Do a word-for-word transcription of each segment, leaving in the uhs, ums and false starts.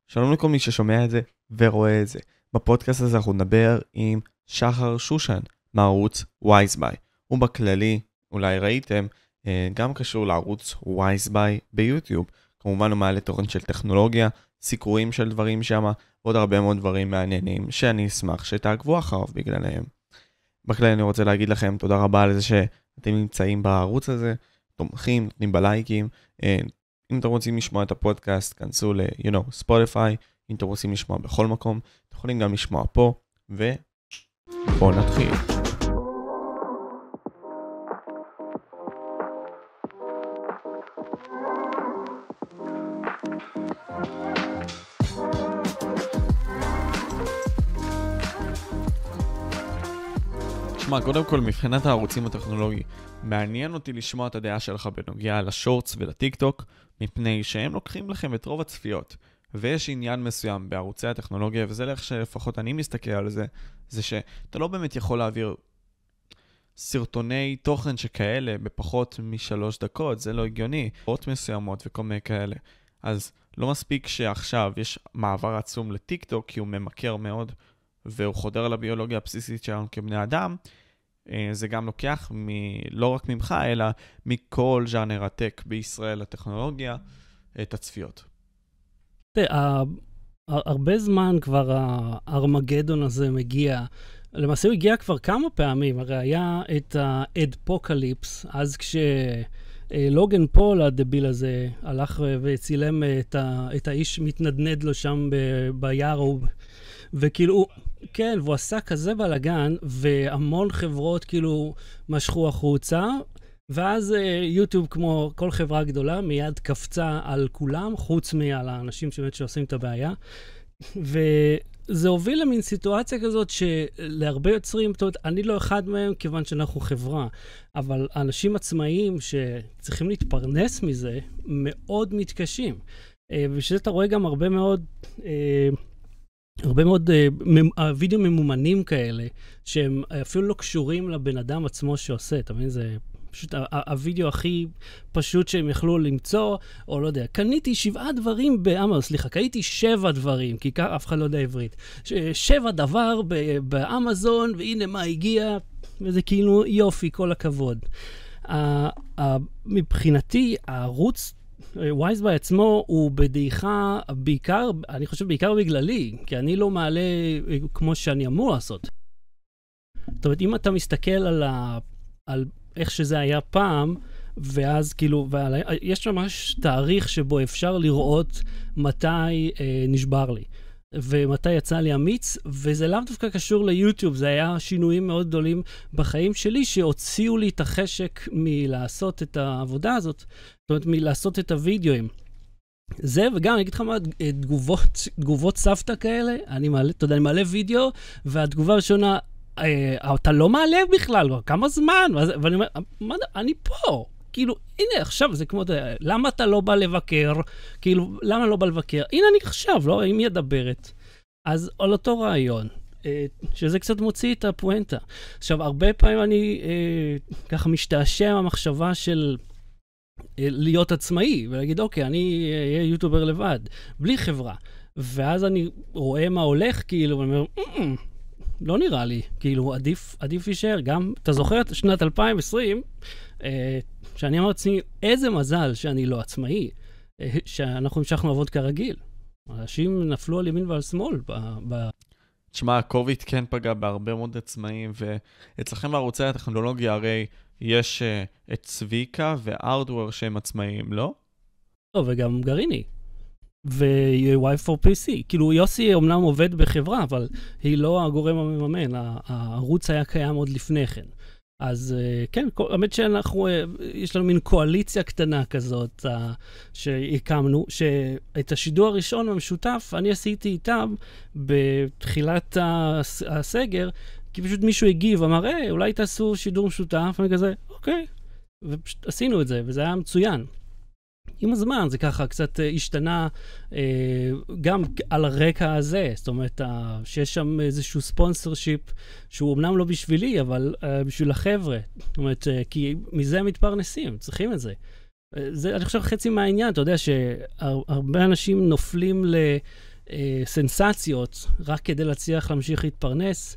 שלום לכל מי ששומע את זה ורואה את זה. בפודקאסט הזה אנחנו נדבר עם שחר שושן מערוץ וייזביי. ובכללי, אולי ראיתם, גם קשור לערוץ וייזביי ביוטיוב. כמובן הוא מעלה תוכן של טכנולוגיה, סיקורים של דברים שם, ועוד הרבה מאוד דברים מעניינים שאני אשמח שתעקבו אחריו בגללהם. בכללי אני רוצה להגיד לכם תודה רבה על זה שאתם נמצאים בערוץ הזה, תומכים, נותנים בלייקים. אם אתם רוצים לשמוע את הפודקאסט, כנסו ל, you know, Spotify. אם אתם רוצים לשמוע בכל מקום, אתם יכולים גם לשמוע פה, ובואו נתחיל. תשמע, קודם כל, מבחינת הערוצים הטכנולוגיים, מעניין אותי לשמוע את הדעה שלך בנוגע לשורטס ולטיק טוק, מפני שהם לוקחים לכם את רוב הצפיות. ויש עניין מסוים בערוצי הטכנולוגיה, וזה לך שלפחות אני מסתכל על זה, זה שאתה לא באמת יכול להעביר סרטוני תוכן שכאלה בפחות משלוש דקות, זה לא הגיוני, עוד מסוימות וכל מיני כאלה. אז לא מספיק שעכשיו יש מעבר עצום לטיק טוק, כי הוא ממכר מאוד, והוא חודר לביולוגיה הבסיסית שלנו כבני אדם. זה גם לוקח מ- לא רק ממך, אלא מכל ז'אנר הטק בישראל, הטכנולוגיה, את הצפיות. תראה, הרבה זמן כבר הארמגדון הזה מגיע. למעשה הוא הגיע כבר כמה פעמים, הרי היה את האדפוקליפס, אז כשלוגן פול הדביל הזה הלך וצילם את, ה- את האיש מתנדנד לו שם ב- ביער, וכאילו, כן, והוא עשה כזה בלגן, והמון חברות כאילו משכו החוצה, ואז יוטיוב, כמו כל חברה גדולה, מיד קפצה על כולם, חוץ מעל האנשים שבאמת שעושים את הבעיה. וזה הוביל למין סיטואציה כזאת שלהרבה יוצרים, זאת אומרת, אני לא אחד מהם כיוון שאנחנו חברה, אבל אנשים עצמאיים שצריכים להתפרנס מזה, מאוד מתקשים. ושזה אתה רואה גם הרבה מאוד... הרבה מאוד uh, וידאו ממומנים כאלה, שהם אפילו לא קשורים לבן אדם עצמו שעושה, אתה מבין? זה פשוט הוידאו הכי פשוט שהם יכלו למצוא, או לא יודע, קניתי שבעה דברים באמזון, סליחה, קניתי שבע דברים, כי אף אחד לא יודע עברית. שבע דבר באמזון, והנה מה הגיע, וזה כאילו יופי, כל הכבוד. Uh, uh, מבחינתי, הערוץ, וייזביי עצמו הוא בדעיכה בעיקר, אני חושב בעיקר בגללי, כי אני לא מעלה כמו שאני אמור לעשות. זאת אומרת, אם אתה מסתכל על, ה, על איך שזה היה פעם, ואז כאילו, ועל, יש ממש תאריך שבו אפשר לראות מתי אה, נשבר לי, ומתי יצא לי אמיץ, וזה לאו דווקא קשור ליוטיוב, זה היה שינויים מאוד גדולים בחיים שלי, שהוציאו לי את החשק מלעשות את העבודה הזאת, זאת אומרת, מלעשות את הוידאוים. זה, וגם אני אגיד לך מה, תגובות, תגובות סבתא כאלה, אני מעלה, אתה יודע, אני מעלה וידאו, והתגובה הראשונה, אה, אתה לא מעלה בכלל, כמה זמן? ואני אומר, מה, אני פה. כאילו, הנה, עכשיו זה כמו, למה אתה לא בא לבקר? כאילו, למה לא בא לבקר? הנה, אני עכשיו, לא? אם מדברת. אז על אותו רעיון, שזה קצת מוציא את הפואנטה. עכשיו, הרבה פעמים אני ככה משתעשע מהמחשבה של להיות עצמאי, ולהגיד, אוקיי, אני אהיה יוטובר לבד, בלי חברה. ואז אני רואה מה הולך, כאילו, ואני אומר, לא נראה לי, כאילו, עדיף, עדיף יישאר. גם, אתה זוכר את שנת אלפיים ועשרים, שאני אמרתי, איזה מזל שאני לא עצמאי, שאנחנו המשכנו לעבוד כרגיל. אנשים נפלו על ימין ועל שמאל. ב... תשמע, הקוביד כן פגע בהרבה מאוד עצמאים, ואצלכם בערוצי הטכנולוגיה הרי יש uh, את צביקה וארדוור שהם עצמאים, לא? לא, וגם גריני. ו-וואי פור פי סי. כאילו, יוסי אומנם עובד בחברה, אבל היא לא הגורם המממן. הערוץ היה קיים עוד לפני כן. אז כן, האמת שאנחנו, יש לנו מין קואליציה קטנה כזאת שהקמנו, שאת השידור הראשון המשותף אני עשיתי איתם בתחילת הסגר, כי פשוט מישהו הגיב, אמר, אה, אולי תעשו שידור משותף, ואני כזה, אוקיי, ופשוט עשינו את זה, וזה היה מצוין. עם הזמן זה ככה קצת השתנה אה, גם על הרקע הזה, זאת אומרת אה, שיש שם איזשהו ספונסרשיפ שהוא אמנם לא בשבילי, אבל אה, בשביל החבר'ה, זאת אומרת, אה, כי מזה מתפרנסים, צריכים את זה. אה, זה אני חושב חצי מהעניין, אתה יודע שהרבה אנשים נופלים ל... אה, סנסציות, רק כדי להצליח להמשיך להתפרנס,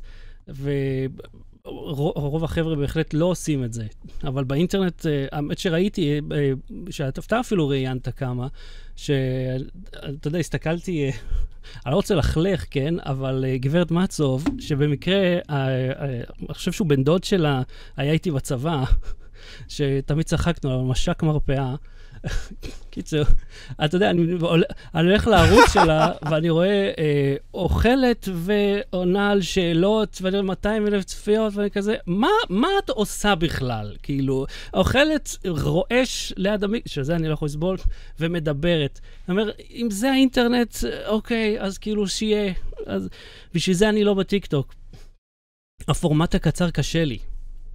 ורוב החבר'ה בהחלט לא עושים את זה. אבל באינטרנט, אה, האמת שראיתי, אה, שאתה אפילו ראיינת כמה, שאתה יודע, הסתכלתי, אה, אני לא רוצה לחלך, כן? אבל uh, גברת מצוב, שבמקרה, uh, uh, אני חושב שהוא בן דוד שלה, היה איתי בצבא, שתמיד צחקנו על משק מרפאה. קיצור, אתה יודע, אני, אני הולך לערוץ שלה, ואני רואה אה, אוכלת ועונה על שאלות, ואני רואה מאתיים אלף צפיות, ואני כזה, מה, מה את עושה בכלל? כאילו, אוכלת רועש ליד המק... שזה אני לא יכול לסבול, ומדברת. אני אומר, אם זה האינטרנט, אוקיי, אז כאילו שיהיה. אז בשביל זה אני לא בטיקטוק. הפורמט הקצר קשה לי.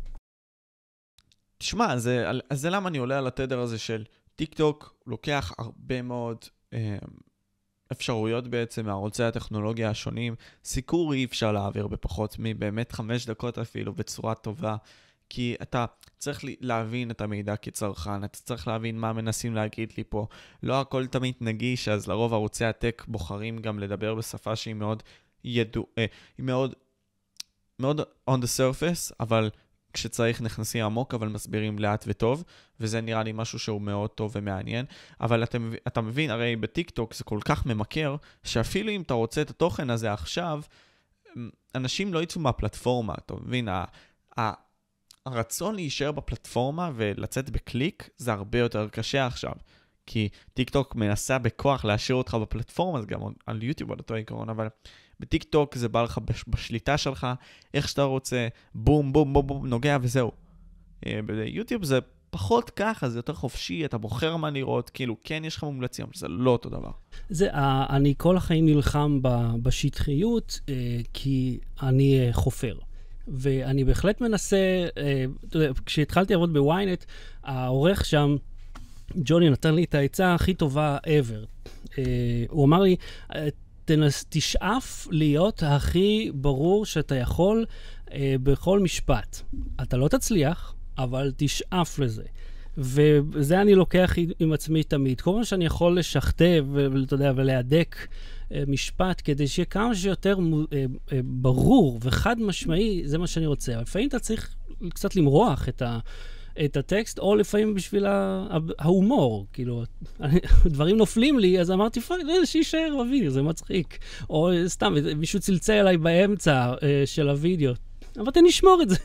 תשמע, זה, אז זה למה אני עולה על התדר הזה של טיק טוק, לוקח הרבה מאוד אה, אפשרויות בעצם מערוצי הטכנולוגיה השונים. סיקור אי אפשר להעביר בפחות מבאמת חמש דקות אפילו בצורה טובה, כי אתה צריך להבין את המידע כצרכן, אתה צריך להבין מה מנסים להגיד לי פה. לא הכל תמיד נגיש, אז לרוב ערוצי הטק בוחרים גם לדבר בשפה שהיא מאוד ידוע, אה, היא מאוד, מאוד on the surface, אבל כשצריך נכנסים עמוק, אבל מסבירים לאט וטוב, וזה נראה לי משהו שהוא מאוד טוב ומעניין. אבל אתה, אתה מבין, הרי בטיק-טוק זה כל כך ממכר, שאפילו אם אתה רוצה את התוכן הזה עכשיו, אנשים לא יצאו מהפלטפורמה, אתה מבין? ה, ה, הרצון להישאר בפלטפורמה ולצאת בקליק, זה הרבה יותר קשה עכשיו. כי טיק-טוק מנסה בכוח להשאיר אותך בפלטפורמה, זה גם על יוטיוב על אותו עיקרון, אבל בטיק טוק זה בא לך בשליטה שלך, איך שאתה רוצה, בום, בום, בום, בום, נוגע וזהו. ביוטיוב זה פחות ככה, זה יותר חופשי, אתה בוחר מה לראות, כאילו כן יש לך מומלצים, אבל זה לא אותו דבר. זה, אני כל החיים נלחם בשטחיות, כי אני חופר. ואני בהחלט מנסה, כשהתחלתי לעבוד בוויינט, העורך שם, ג'וני נתן לי את העצה הכי טובה ever. הוא אמר לי, תנס, תשאף להיות הכי ברור שאתה יכול אה, בכל משפט. אתה לא תצליח, אבל תשאף לזה. וזה אני לוקח עם עצמי תמיד. כל מה שאני יכול לשכתב ואתה יודע, ולהדק אה, משפט כדי שיהיה כמה שיותר אה, אה, ברור וחד משמעי, זה מה שאני רוצה. אבל לפעמים אתה צריך קצת למרוח את ה... את הטקסט, או לפעמים בשביל ההומור, כאילו, דברים נופלים לי, אז אמרתי, שישאר בווידאו, זה מצחיק. או סתם, מישהו צלצל אליי באמצע של הווידאו. אמרתי, נשמור את זה,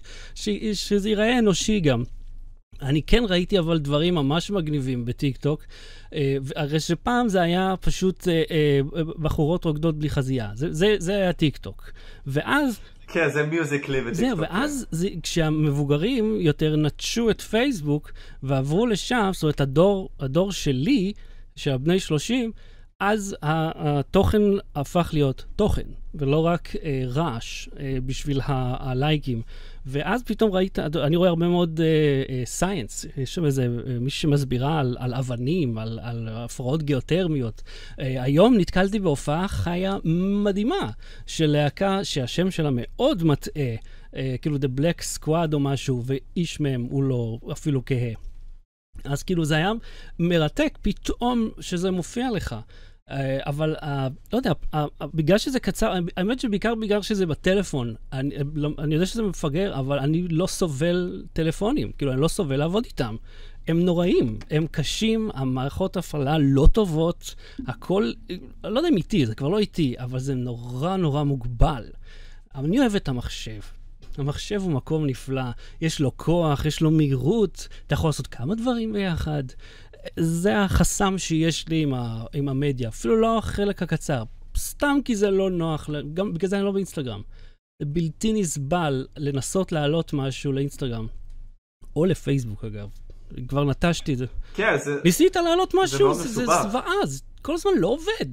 שזה ייראה אנושי גם. אני כן ראיתי אבל דברים ממש מגניבים בטיק-טוק, הרי שפעם זה היה פשוט בחורות רוקדות בלי חזייה. זה היה טיק-טוק. ואז... כן, זה מיוזיקלי בטיקטוק. זהו, ואז זה, כשהמבוגרים יותר נטשו את פייסבוק ועברו לשם, זאת אומרת, הדור, הדור שלי, של הבני שלושים, אז התוכן הפך להיות תוכן, ולא רק אה, רעש אה, בשביל ה- הלייקים. ואז פתאום ראית, אני רואה הרבה מאוד סייאנס, אה, אה, יש שם איזה אה, מישהו שמסבירה על, על אבנים, על, על הפרעות גיאותרמיות. אה, היום נתקלתי בהופעה חיה מדהימה, של להקה שהשם שלה מאוד מטעה, אה, כאילו The Black Squad או משהו, ואיש מהם הוא לא אפילו כהה. אז כאילו זה היה מרתק פתאום שזה מופיע לך. אבל לא יודע, בגלל שזה קצר, האמת שבעיקר בגלל שזה בטלפון, אני, אני יודע שזה מפגר, אבל אני לא סובל טלפונים, כאילו אני לא סובל לעבוד איתם. הם נוראים, הם קשים, המערכות הפעלה לא טובות, הכל, לא יודע אם איתי, זה כבר לא איתי, אבל זה נורא נורא מוגבל. אבל אני אוהב את המחשב. המחשב הוא מקום נפלא, יש לו כוח, יש לו מהירות, אתה יכול לעשות כמה דברים ביחד. זה החסם שיש לי עם, ה, עם המדיה, אפילו לא החלק הקצר, סתם כי זה לא נוח, גם בגלל זה אני לא באינסטגרם. זה בלתי נסבל לנסות להעלות משהו לאינסטגרם, או לפייסבוק אגב, כבר נטשתי את זה. כן, זה... ניסית להעלות משהו, זה, זה, זה זוועה, זה כל הזמן לא עובד.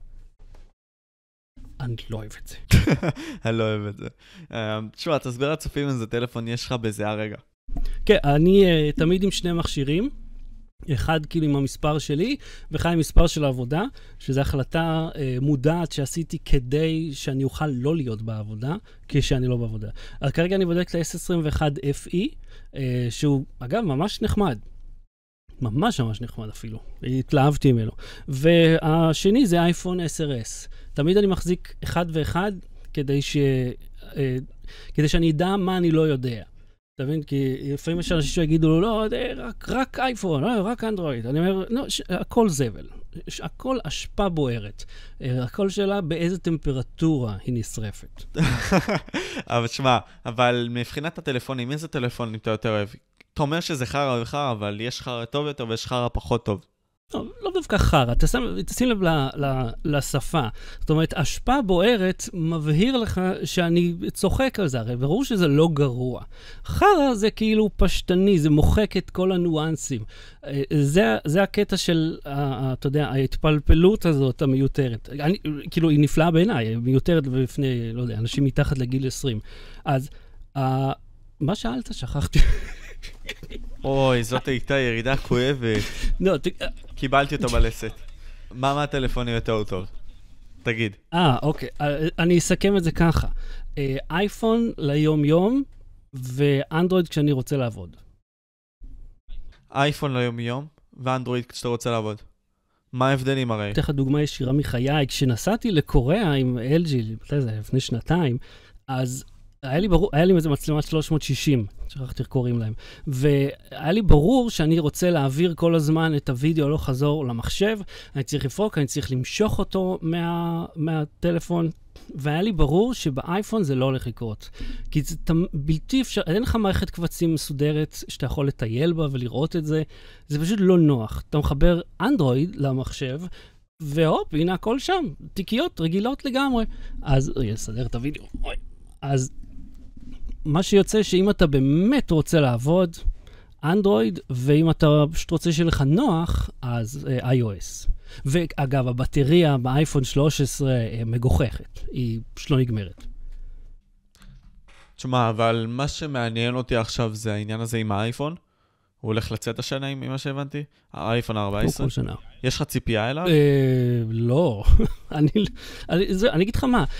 אני לא אוהב את זה. אני לא אוהב את זה. תשמע, תסביר לצופים איזה טלפון יש לך בזה הרגע. כן, אני תמיד עם שני מכשירים, אחד כאילו עם המספר שלי, ואחד עם מספר של העבודה, שזו החלטה אה, מודעת שעשיתי כדי שאני אוכל לא להיות בעבודה, כשאני לא בעבודה. אז כרגע אני בודק את ה-אס עשרים ואחת אף אי, אה, שהוא אגב ממש נחמד. ממש ממש נחמד אפילו. התלהבתי ממנו. והשני זה אייפון עשר אס. תמיד אני מחזיק אחד ואחד כדי ש... כדי שאני אדע מה אני לא יודע. אתה מבין? כי לפעמים יש אנשים שיגידו לו, לא, רק, רק אייפון, לא, רק אנדרואיד. אני אומר, לא, ש... הכל זבל. הכל אשפה בוערת. הכל שאלה באיזה טמפרטורה היא נשרפת. אבל שמע, אבל מבחינת הטלפונים, איזה טלפון אתה יותר אוהב? אתה אומר שזה חרא וחרא, אבל יש חרא טוב יותר ויש חרא פחות טוב. לא, לא דווקא חרא, תשים לב ל, ל, לשפה. זאת אומרת, השפעה בוערת מבהיר לך שאני צוחק על זה, הרי ברור שזה לא גרוע. חרא זה כאילו פשטני, זה מוחק את כל הניואנסים. זה, זה הקטע של, אתה יודע, ההתפלפלות הזאת המיותרת. אני, כאילו, היא נפלאה בעיניי, מיותרת בפני, לא יודע, אנשים מתחת לגיל עשרים. אז, מה שאלת? שכחתי. אוי, זאת הייתה ירידה כואבת. לא, קיבלתי אותו בלסת. מה מהטלפונים יותר טוב? תגיד. אה, אוקיי. אני אסכם את זה ככה. אייפון ליום-יום, ואנדרואיד כשאני רוצה לעבוד. אייפון ליום-יום, ואנדרואיד כשאתה רוצה לעבוד. מה ההבדלים הרי? אתן לך דוגמה ישירה מחיי. כשנסעתי לקוריאה עם אל ג'י, לפני שנתיים, אז היה לי ברור, היה לי איזה מצלמת שלוש מאות שישים, שכחתי איך קוראים להם, והיה לי ברור שאני רוצה להעביר כל הזמן את הוידאו לא חזור למחשב, אני צריך לפרוק, אני צריך למשוך אותו מה, מהטלפון, והיה לי ברור שבאייפון זה לא הולך לקרות, כי זה בלתי אפשר, אין לך מערכת קבצים מסודרת שאתה יכול לטייל בה ולראות את זה, זה פשוט לא נוח. אתה מחבר אנדרואיד למחשב, והופ, הנה הכל שם, תיקיות רגילות לגמרי. אז, אוי, אסדר את הוידאו, אוי. אז מה שיוצא שאם אתה באמת רוצה לעבוד, אנדרואיד, ואם אתה פשוט רוצה שיהיה לך נוח, אז iOS. ואגב, הבטריה באייפון שלוש עשרה מגוחכת, היא פשוט לא נגמרת. תשמע, אבל מה שמעניין אותי עכשיו זה העניין הזה עם האייפון. הוא הולך לצאת השנה עם מה שהבנתי? האייפון ארבע עשרה. כל שנה. יש לך ציפייה אליו? לא. אני אגיד לך מה,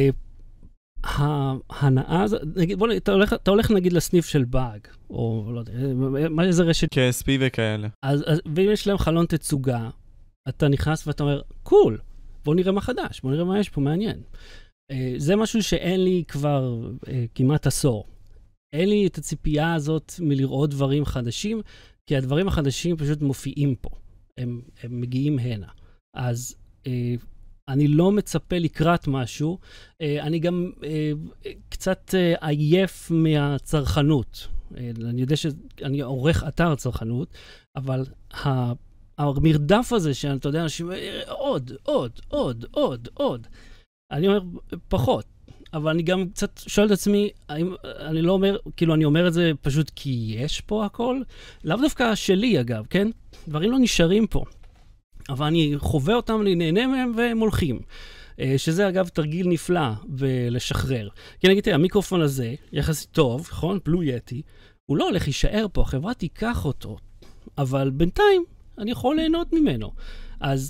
ההנאה הזאת, בוא, אתה הולך, אתה הולך נגיד לסניף של באג, או לא יודע, מה איזה רשת? כ-אס פי וכאלה. אז, אז, ואם יש להם חלון תצוגה, אתה נכנס ואתה אומר, קול, בוא נראה מה חדש, בוא נראה מה יש פה, מעניין. זה משהו שאין לי כבר כמעט עשור. אין לי את הציפייה הזאת מלראות דברים חדשים, כי הדברים החדשים פשוט מופיעים פה. הם, הם מגיעים הנה. אז אני לא מצפה לקראת משהו, אני גם קצת עייף מהצרכנות. אני יודע שאני עורך אתר צרכנות, אבל המרדף הזה שאתה יודע, אנשים, עוד, עוד, עוד, עוד, עוד. אני אומר, פחות. אבל אני גם קצת שואל את עצמי, אני לא אומר, כאילו אני אומר את זה פשוט כי יש פה הכל, לאו דווקא שלי אגב, כן? דברים לא נשארים פה. אבל אני חווה אותם, אני נהנה מהם והם הולכים. שזה אגב תרגיל נפלא בלשחרר. כי נגיד, המיקרופון הזה, יחסית טוב, נכון? בלו יטי, הוא לא הולך להישאר פה, החברה תיקח אותו. אבל בינתיים אני יכול ליהנות ממנו. אז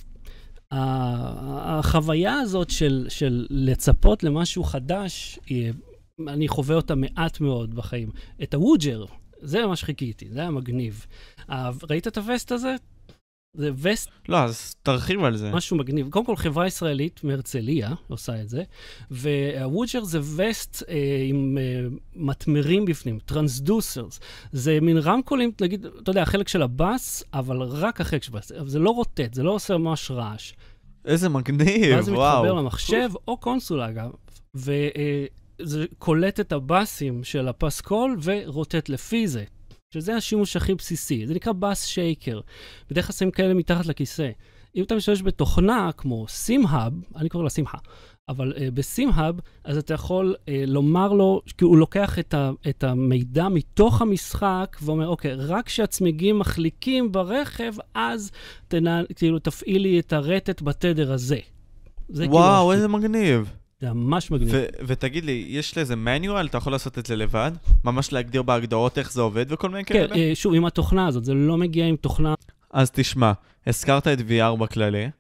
החוויה הזאת של, של לצפות למשהו חדש, אני חווה אותה מעט מאוד בחיים. את הווג'ר, זה מה שחיכיתי, זה היה מגניב. ראית את הווסט הזה? זה וסט... לא, אז תרחיב על זה. משהו מגניב. קודם כל, חברה ישראלית מהרצליה עושה את זה, והווג'ר זה וסט אה, עם אה, מתמרים בפנים, טרנסדוסרס. זה מין רמקולים, נגיד, אתה יודע, החלק של הבאס, אבל רק החלק של הבאס. זה לא רוטט, זה לא עושה ממש רעש. איזה מגניב, וואו. ואז זה מתחבר למחשב, או קונסולה אגב, וזה קולט את הבאסים של הפסקול ורוטט לפי זה. שזה השימוש הכי בסיסי, זה נקרא בס שייקר. בדרך כלל שמים כאלה מתחת לכיסא. אם אתה משתמש בתוכנה כמו סימהאב, אני קורא לה שמחה, אבל uh, בסימהאב, אז אתה יכול uh, לומר לו, כי הוא לוקח את, ה, את המידע מתוך המשחק, ואומר, אוקיי, רק כשהצמיגים מחליקים ברכב, אז תנע, כאילו, תפעילי את הרטט בתדר הזה. וואו, כאילו איזה מגניב. זה ממש מגניב. ו- ותגיד לי, יש לזה מניואל? אתה יכול לעשות את זה לבד? ממש להגדיר בהגדרות איך זה עובד וכל מיני כאלה? כן, שוב, עם התוכנה הזאת, זה לא מגיע עם תוכנה. אז תשמע, הזכרת את וי אר בכללי,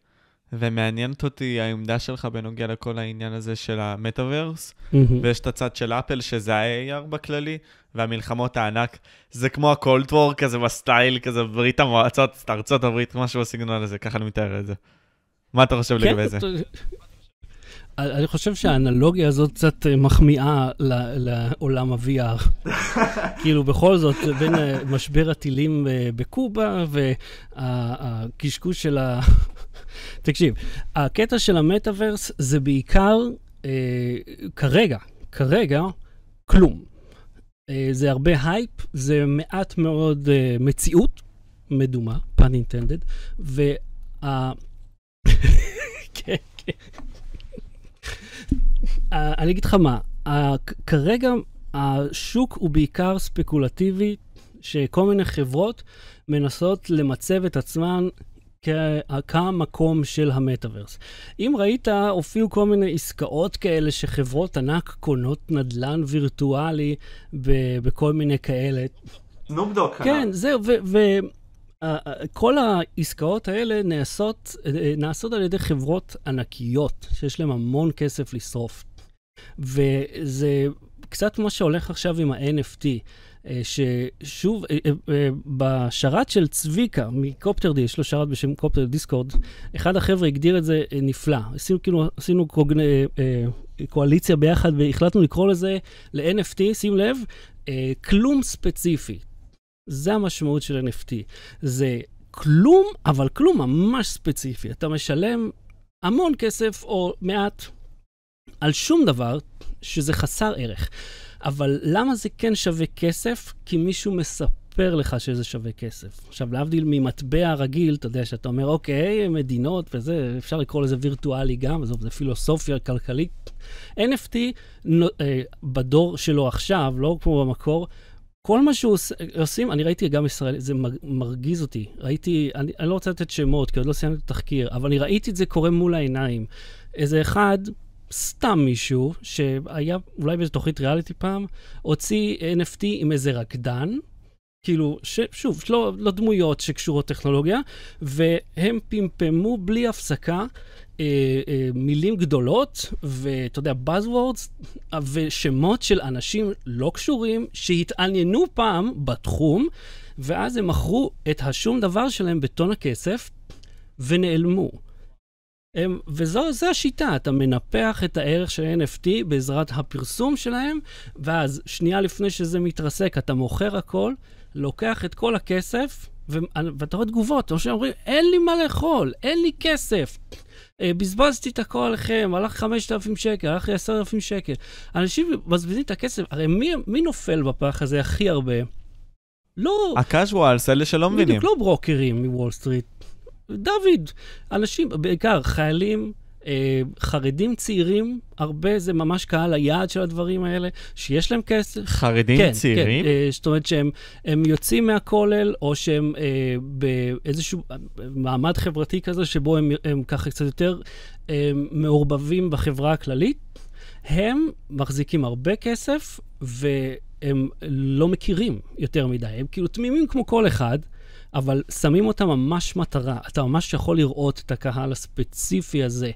ומעניינת אותי העמדה שלך בנוגע לכל העניין הזה של המטאברס, Mm-hmm. ויש את הצד של אפל, שזה ה-איי אר בכללי, והמלחמות הענק, זה כמו הקולד וור כזה בסטייל, כזה ברית המועצות, ארצות הברית, משהו בסגנון הזה, ככה אני מתאר את זה. מה אתה חושב כן, לגבי זה? אני חושב שהאנלוגיה הזאת קצת מחמיאה לעולם ה-וי אר. כאילו בכל זאת, בין משבר הטילים בקובה והקשקוש של ה... תקשיב, הקטע של המטאברס זה בעיקר, אה, כרגע, כרגע, כלום. אה, זה הרבה הייפ, זה מעט מאוד אה, מציאות, מדומה, pun intended, וה... כן, כן. אני אגיד לך מה, כרגע השוק הוא בעיקר ספקולטיבי, שכל מיני חברות מנסות למצב את עצמן כמקום של המטאברס. אם ראית, הופיעו כל מיני עסקאות כאלה שחברות ענק קונות נדלן וירטואלי בכל מיני כאלה. סנופ-דוג. כן, זהו, וכל העסקאות האלה נעשות, נעשות על ידי חברות ענקיות, שיש להן המון כסף לשרוף. וזה קצת מה שהולך עכשיו עם ה-אן אף טי. ששוב, בשרת של צביקה, מקופטרדי, יש לו שרת בשם קופטר דיסקורד, אחד החבר'ה הגדיר את זה נפלא. עשינו, כאילו, עשינו קוגנ... קואליציה ביחד, והחלטנו לקרוא לזה ל-אן אף טי, שים לב, כלום ספציפי. זה המשמעות של אן אף טי. זה כלום, אבל כלום ממש ספציפי. אתה משלם המון כסף או מעט על שום דבר שזה חסר ערך. אבל למה זה כן שווה כסף? כי מישהו מספר לך שזה שווה כסף. עכשיו, להבדיל ממטבע רגיל, אתה יודע שאתה אומר, אוקיי, מדינות וזה, אפשר לקרוא לזה וירטואלי גם, זה פילוסופיה כלכלית. אן אף טי, בדור שלו עכשיו, לא כמו במקור, כל מה שעושים, אני ראיתי גם ישראל, זה מרגיז אותי. ראיתי, אני, אני לא רוצה לתת שמות, כי עוד לא סיימתי את התחקיר, אבל אני ראיתי את זה קורה מול העיניים. איזה אחד... סתם מישהו שהיה אולי באיזו תוכנית ריאליטי פעם, הוציא אן אף טי עם איזה רקדן, כאילו, ש, שוב, לא, לא דמויות שקשורות טכנולוגיה, והם פמפמו בלי הפסקה אה, אה, מילים גדולות, ואתה יודע, buzzwords, ושמות של אנשים לא קשורים, שהתעניינו פעם בתחום, ואז הם מכרו את השום דבר שלהם בטון הכסף, ונעלמו. הם, וזו זה השיטה, אתה מנפח את הערך של אן אף טי בעזרת הפרסום שלהם, ואז שנייה לפני שזה מתרסק, אתה מוכר הכל, לוקח את כל הכסף, ו, ואתה רואה תגובות, או שאומרים, אין לי מה לאכול, אין לי כסף, בזבזתי את הכל עליכם, הלך חמשת אלפים שקל, הלך לי עשרת אלפים שקל. אנשים מבזבזים את הכסף, הרי מי, מי נופל בפח הזה הכי הרבה? לא... הקאז'ואלס, אלה שלא מבינים. בדיוק לא ברוקרים מוול סטריט. דוד, אנשים, בעיקר חיילים, אה, חרדים צעירים, הרבה זה ממש קהל היעד של הדברים האלה, שיש להם כסף. חרדים כן, צעירים? כן, אה, זאת אומרת שהם הם יוצאים מהכולל, או שהם אה, באיזשהו מעמד חברתי כזה, שבו הם, הם ככה קצת יותר אה, מעורבבים בחברה הכללית, הם מחזיקים הרבה כסף, והם לא מכירים יותר מדי. הם כאילו תמימים כמו כל אחד, אבל שמים אותה ממש מטרה. אתה ממש יכול לראות את הקהל הספציפי הזה.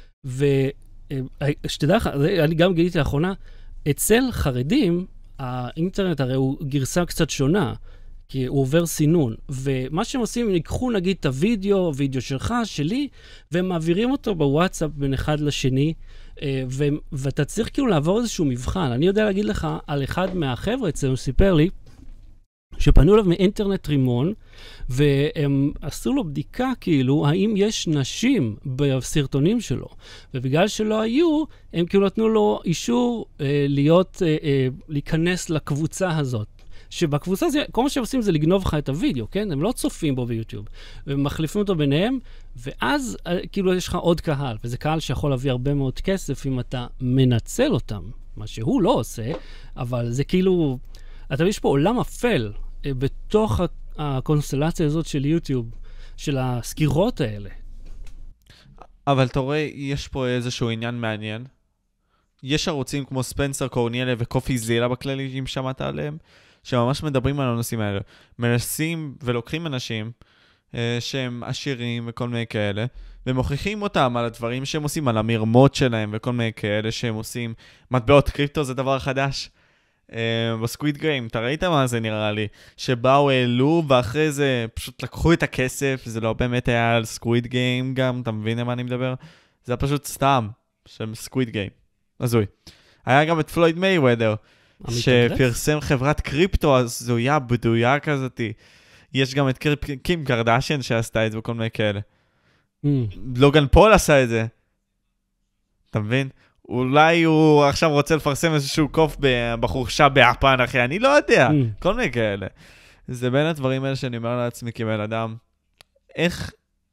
ושתדע לך, אני גם גיליתי לאחרונה, אצל חרדים, האינטרנט הרי הוא גרסה קצת שונה, כי הוא עובר סינון. ומה שהם עושים, הם ייקחו נגיד את הוידאו, וידאו שלך, שלי, והם מעבירים אותו בוואטסאפ בין אחד לשני, ו- ואתה צריך כאילו לעבור איזשהו מבחן. אני יודע להגיד לך על אחד מהחבר'ה אצלנו, סיפר לי, שפנו אליו מאינטרנט רימון, והם עשו לו בדיקה כאילו, האם יש נשים בסרטונים שלו. ובגלל שלא היו, הם כאילו נתנו לו אישור אה, להיות, אה, אה, להיכנס לקבוצה הזאת. שבקבוצה זה, כל מה שהם עושים זה לגנוב לך את הוידאו, כן? הם לא צופים בו ביוטיוב. והם מחליפים אותו ביניהם, ואז אה, כאילו יש לך עוד קהל, וזה קהל שיכול להביא הרבה מאוד כסף אם אתה מנצל אותם, מה שהוא לא עושה, אבל זה כאילו... אתה מבין, יש פה עולם אפל אה, בתוך הקונסטלציה הזאת של יוטיוב, של הסקירות האלה. אבל אתה רואה, יש פה איזשהו עניין מעניין. יש ערוצים כמו ספנסר קורניאלה וקופי זילה בכללי, אם שמעת עליהם, שממש מדברים על הנושאים האלה. מנסים ולוקחים אנשים שהם עשירים וכל מיני כאלה, ומוכיחים אותם על הדברים שהם עושים, על המרמות שלהם וכל מיני כאלה שהם עושים. מטבעות קריפטו זה דבר חדש. בסקוויד גיים, אתה ראית מה זה נראה לי? שבאו העלו ואחרי זה פשוט לקחו את הכסף, זה לא באמת היה על סקוויד גיים גם, אתה מבין מה אני מדבר? זה היה פשוט סתם, של סקוויד גיים. הזוי. היה גם את פלויד מייוודר, שפרסם חברת קריפטו הזויה בדויה כזאתי. יש גם את קים קרדשן שעשתה את זה וכל מיני כאלה. Mm. לוגן פול עשה את זה. אתה מבין? אולי הוא עכשיו רוצה לפרסם איזשהו קוף בחורשה ביפן, אחי, אני לא יודע. Mm. כל מיני כאלה. זה בין הדברים האלה שאני אומר לעצמי כבן אדם, איך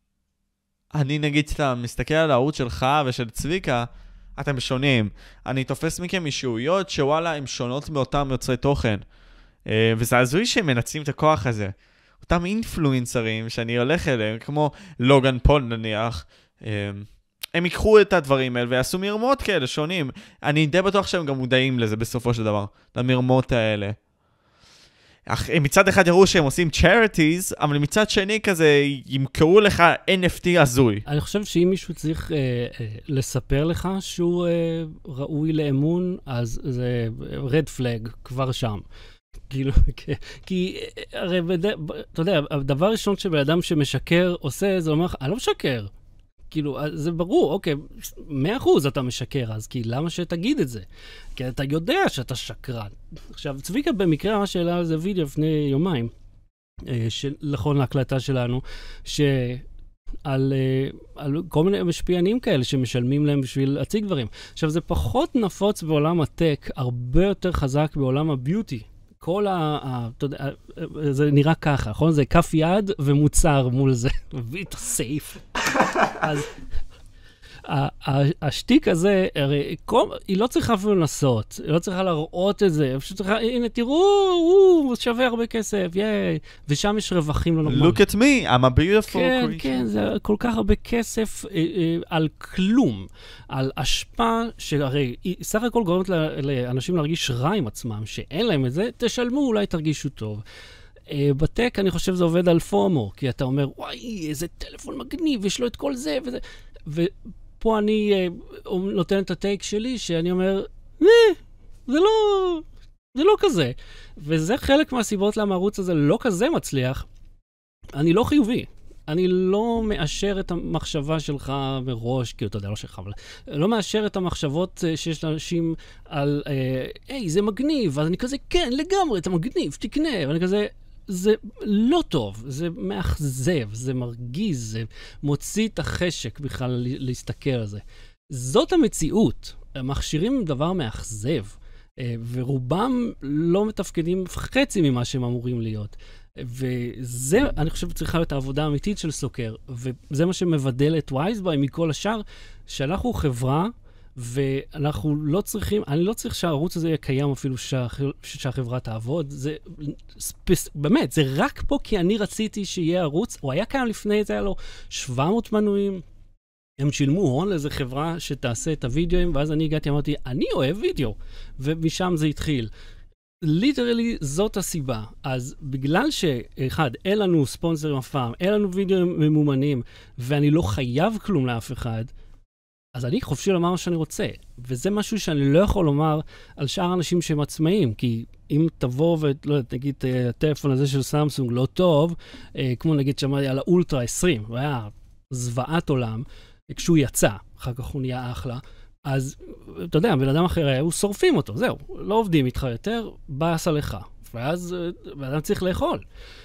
אני נגיד שאתה מסתכל על הערוץ שלך ושל צביקה, אתם שונים. אני תופס מכם אישיות שוואלה, הם שונות מאותם יוצרי תוכן. וזה הזוי שהם מנצלים את הכוח הזה. אותם אינפלואנסרים שאני הולך אליהם, כמו לוגן פול נניח, הם ייקחו את הדברים האלה ויעשו מרמות כאלה שונים. אני די בטוח שהם גם מודעים לזה בסופו של דבר, למרמות האלה. הם מצד אחד יראו שהם עושים charities, אבל מצד שני כזה ימכרו לך אן אף טי הזוי. אני חושב שאם מישהו צריך אה, אה, לספר לך שהוא אה, ראוי לאמון, אז זה red flag כבר שם. כאילו, כי הרי, אתה יודע, הדבר הראשון שבן אדם שמשקר עושה, זה אומר, אני לא משקר. כאילו, זה ברור, אוקיי, מאה אחוז אתה משקר, אז כי למה שתגיד את זה? כי אתה יודע שאתה שקרן. עכשיו, צביקה במקרה מה שאלה על זה וידאו לפני יומיים, שלכון להקלטה שלנו, שעל על כל מיני משפיענים כאלה שמשלמים להם בשביל להציג דברים. עכשיו, זה פחות נפוץ בעולם הטק, הרבה יותר חזק בעולם הביוטי. כל ה... אתה יודע, זה נראה ככה, נכון? זה כף יד ומוצר מול זה. מביא את הסייף. אז השטיק הזה, הרי היא לא צריכה אפילו לנסות, היא לא צריכה להראות את זה, פשוט צריכה, הנה תראו, הוא שווה הרבה כסף, ייי, ושם יש רווחים לא נורמליים. Look at me, I'm a beautiful כן, creature. כן, זה כל כך הרבה כסף על כלום, על השפעה שהרי היא סך הכל גורמת לאנשים להרגיש רע עם עצמם, שאין להם את זה, תשלמו, אולי תרגישו טוב. בטק אני חושב זה עובד על פומו, כי אתה אומר, וואי, איזה טלפון מגניב, יש לו את כל זה וזה, ופה אני נותן את הטייק שלי, שאני אומר, אה, זה לא, זה לא כזה. וזה חלק מהסיבות למה הערוץ הזה לא כזה מצליח. אני לא חיובי. אני לא מאשר את המחשבה שלך מראש, כי אתה יודע, לא שלך, אבל לא מאשר את המחשבות שיש לאנשים על, היי, זה מגניב, אז אני כזה, כן, לגמרי, אתה מגניב, תקנה, ואני כזה, זה לא טוב, זה מאכזב, זה מרגיז, זה מוציא את החשק בכלל להסתכל על זה. זאת המציאות. המכשירים דבר מאכזב, ורובם לא מתפקדים חצי ממה שהם אמורים להיות. וזה, אני חושב, צריכה להיות העבודה האמיתית של סוקר, וזה מה שמבדל את וייזביי מכל השאר, שאנחנו חברה, ואנחנו לא צריכים, אני לא צריך שהערוץ הזה יהיה קיים אפילו שהחברה תעבוד, זה ספס, באמת, זה רק פה כי אני רציתי שיהיה ערוץ, הוא היה קיים לפני זה, היה לו שבע מאות מנויים, הם שילמו הון לאיזו חברה שתעשה את הוידאוים, ואז אני הגעתי, אמרתי, אני אוהב וידאו, ומשם זה התחיל. ליטרלי זאת הסיבה. אז בגלל שאחד, אין לנו ספונסרים אף פעם, אין לנו וידאוים ממומנים, ואני לא חייב כלום לאף אחד, אז אני חופשי לומר מה שאני רוצה. וזה משהו שאני לא יכול לומר על שאר אנשים שהם עצמאים, כי אם תבוא ולא יודעת, נגיד, הטלפון הזה של סמסונג לא טוב, כמו נגיד שמעתי על האולטרה עשרים, הוא היה זוועת עולם, כשהוא יצא, אחר כך הוא נהיה אחלה, אז אתה יודע, בן אדם אחר, הוא שורפים אותו, זהו, לא עובדים איתך יותר, באס עליך, ואז בן אדם צריך לאכול.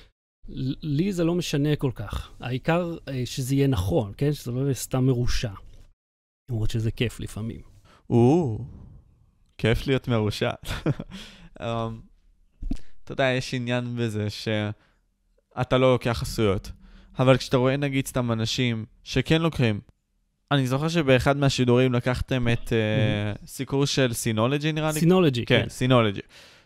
לי זה לא משנה כל כך. העיקר שזה יהיה נכון, כן? שזה לא יהיה סתם מרושע. למרות שזה כיף לפעמים. או, כיף להיות מרושע. אתה יודע, יש עניין בזה שאתה לא לוקח חסויות. אבל כשאתה רואה נגיד סתם אנשים שכן לוקחים, אני זוכר שבאחד מהשידורים לקחתם את סיקור של סינולוגי נראה לי? סינולוגי, כן. כן, סינולוגי.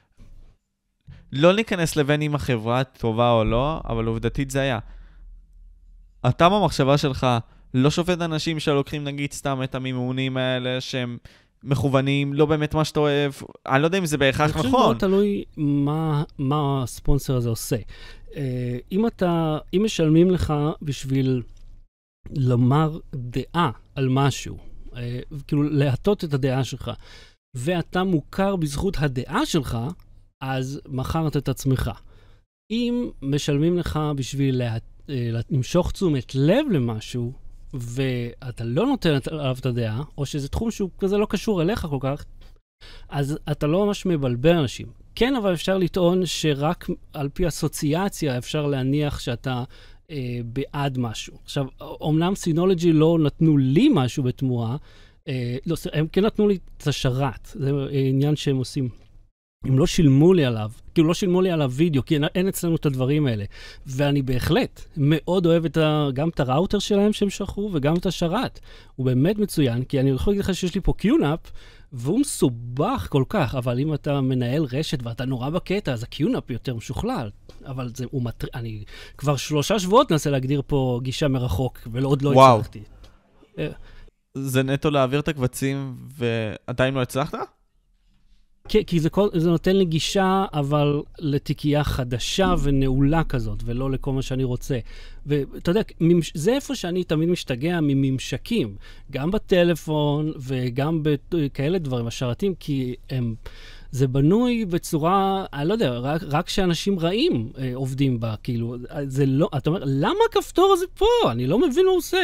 לא ניכנס לבין אם החברה טובה או לא, אבל עובדתית זה היה. אתה במחשבה שלך לא שופט אנשים שלוקחים נגיד סתם את המימונים האלה שהם מכוונים, לא באמת מה שאתה אוהב. אני לא יודע אם זה בהכרח נכון. אני חושב מאוד תלוי מה, מה הספונסר הזה עושה. אם אתה, אם משלמים לך בשביל לומר דעה על משהו, כאילו להטות את הדעה שלך, ואתה מוכר בזכות הדעה שלך, אז מכרת את עצמך. אם משלמים לך בשביל לה, למשוך תשומת לב למשהו, ואתה לא נותן עליו את הדעה, או שזה תחום שהוא כזה לא קשור אליך כל כך, אז אתה לא ממש מבלבל אנשים. כן, אבל אפשר לטעון שרק על פי אסוציאציה אפשר להניח שאתה אה, בעד משהו. עכשיו, אומנם סינולוגי לא נתנו לי משהו בתמורה, אה, לא, הם כן נתנו לי את השרת, זה עניין שהם עושים. הם לא שילמו לי עליו, כאילו לא שילמו לי על הוידאו, כי אין, אין אצלנו את הדברים האלה. ואני בהחלט מאוד אוהב את ה, גם את הראוטר שלהם שהם שכחו, וגם את השרת. הוא באמת מצוין, כי אני יכול להגיד לך שיש לי פה קיונאפ, והוא מסובך כל כך, אבל אם אתה מנהל רשת ואתה נורא בקטע, אז הקיונאפ יותר משוכלל. אבל זה, הוא מטר... אני כבר שלושה שבועות נסה להגדיר פה גישה מרחוק, ועוד לא הצלחתי. זה נטו להעביר את הקבצים, ועדיין לא הצלחת? כי, כי זה, כל, זה נותן לי גישה, אבל לתיקייה חדשה ונעולה כזאת, ולא לכל מה שאני רוצה. ואתה יודע, זה איפה שאני תמיד משתגע מממשקים, גם בטלפון וגם בכאלה דברים, השרתים, כי הם, זה בנוי בצורה, אני לא יודע, רק, רק שאנשים רעים אה, עובדים בה, כאילו, זה לא, אתה אומר, למה הכפתור הזה פה? אני לא מבין מה הוא עושה.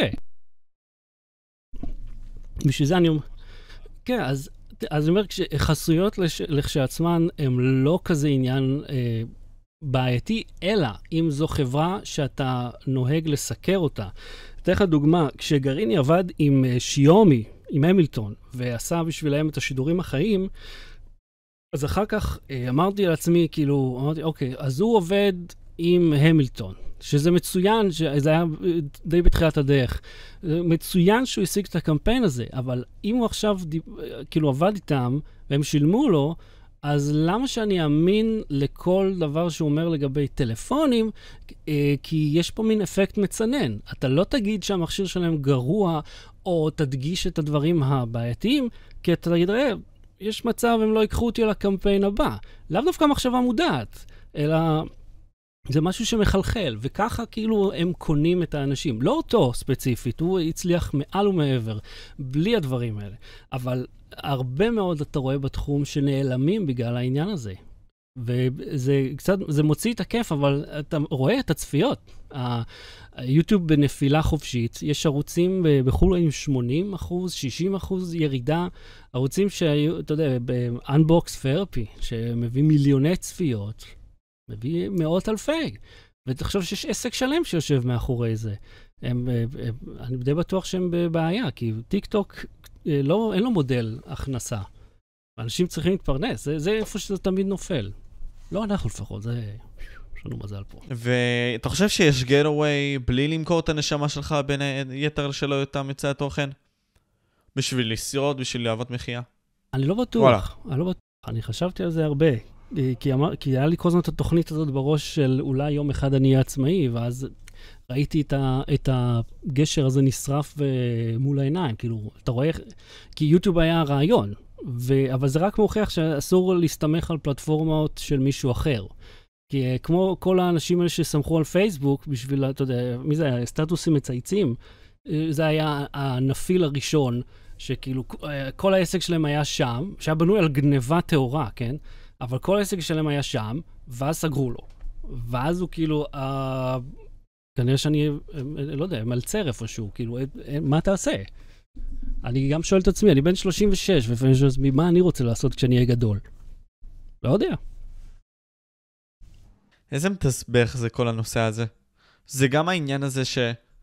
בשביל זה אני אומר, כן, אז... אז אני אומר, חסויות לש... לכשעצמן הם לא כזה עניין אה, בעייתי, אלא אם זו חברה שאתה נוהג לסקר אותה. אתן לך דוגמה, כשגרעיני עבד עם אה, שיומי, עם המילטון, ועשה בשבילהם את השידורים החיים, אז אחר כך אה, אמרתי לעצמי, כאילו, אמרתי, אוקיי, אז הוא עובד עם המילטון. שזה מצוין, שזה היה די בתחילת הדרך. מצוין שהוא השיג את הקמפיין הזה, אבל אם הוא עכשיו כאילו עבד איתם, והם שילמו לו, אז למה שאני אאמין לכל דבר שהוא אומר לגבי טלפונים? כי יש פה מין אפקט מצנן. אתה לא תגיד שהמכשיר שלהם גרוע, או תדגיש את הדברים הבעייתיים, כי אתה תגיד, ראה, יש מצב, הם לא ייקחו אותי לקמפיין הבא. לאו דווקא מחשבה מודעת, אלא... זה משהו שמחלחל, וככה כאילו הם קונים את האנשים. לא אותו ספציפית, הוא הצליח מעל ומעבר, בלי הדברים האלה. אבל הרבה מאוד אתה רואה בתחום שנעלמים בגלל העניין הזה. וזה קצת, זה מוציא את הכיף, אבל אתה רואה את הצפיות. היוטיוב בנפילה חופשית, יש ערוצים בחול עם שמונים אחוז, שישים אחוז ירידה, ערוצים שהיו, אתה יודע, ב-Unbox Therapy, שמביא מיליוני צפיות, מביא מאות אלפי, ותחשוב שיש עסק שלם שיושב מאחורי זה. הם, הם, אני די בטוח שהם בבעיה, כי טיק טוק לא, אין לו מודל הכנסה. אנשים צריכים להתפרנס, זה, זה איפה שזה תמיד נופל. לא אנחנו לפחות, זה... יש לנו מזל פה. ואתה חושב שיש getaway בלי למכור את הנשמה שלך בין יתר שלא אותם יצא התוכן? בשביל לשרוד, בשביל להוות מחייה? אני לא בטוח, אני לא בטוח. אני חשבתי על זה הרבה. כי, אמר, כי היה לי כל הזמן את התוכנית הזאת בראש של אולי יום אחד אני אהיה עצמאי, ואז ראיתי את, ה, את הגשר הזה נשרף מול העיניים. כאילו, אתה רואה, כי יוטיוב היה הרעיון, ו, אבל זה רק מוכיח שאסור להסתמך על פלטפורמות של מישהו אחר. כי כמו כל האנשים האלה שסמכו על פייסבוק, בשביל, אתה יודע, מי זה היה? סטטוסים מצייצים, זה היה הנפיל הראשון, שכאילו כל העסק שלהם היה שם, שהיה בנוי על גניבה תאורה, כן? אבל כל העסק שלהם היה שם, ואז סגרו לו. ואז הוא כאילו, אה, כנראה שאני, לא יודע, מלצר איפשהו, כאילו, מה תעשה? אני גם שואל את עצמי, אני בן שלושים ושש, ולפעמים שואל את עצמי, מה אני רוצה לעשות כשאני אהיה גדול? לא יודע. איזה מתסבך זה כל הנושא הזה? זה גם העניין הזה ש...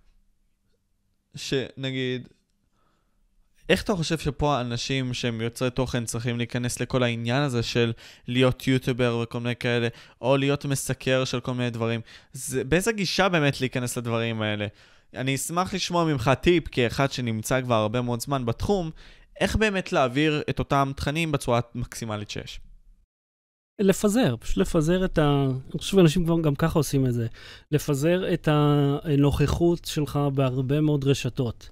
שנגיד... איך אתה חושב שפה האנשים שהם יוצרי תוכן צריכים להיכנס לכל העניין הזה של להיות יוטיובר וכל מיני כאלה, או להיות מסקר של כל מיני דברים? זה, באיזה גישה באמת להיכנס לדברים האלה? אני אשמח לשמוע ממך טיפ, כאחד שנמצא כבר הרבה מאוד זמן בתחום, איך באמת להעביר את אותם תכנים בצורה מקסימלית שיש? לפזר, פשוט לפזר את ה... אני חושב שאנשים כבר גם ככה עושים את זה. לפזר את הנוכחות שלך בהרבה מאוד רשתות.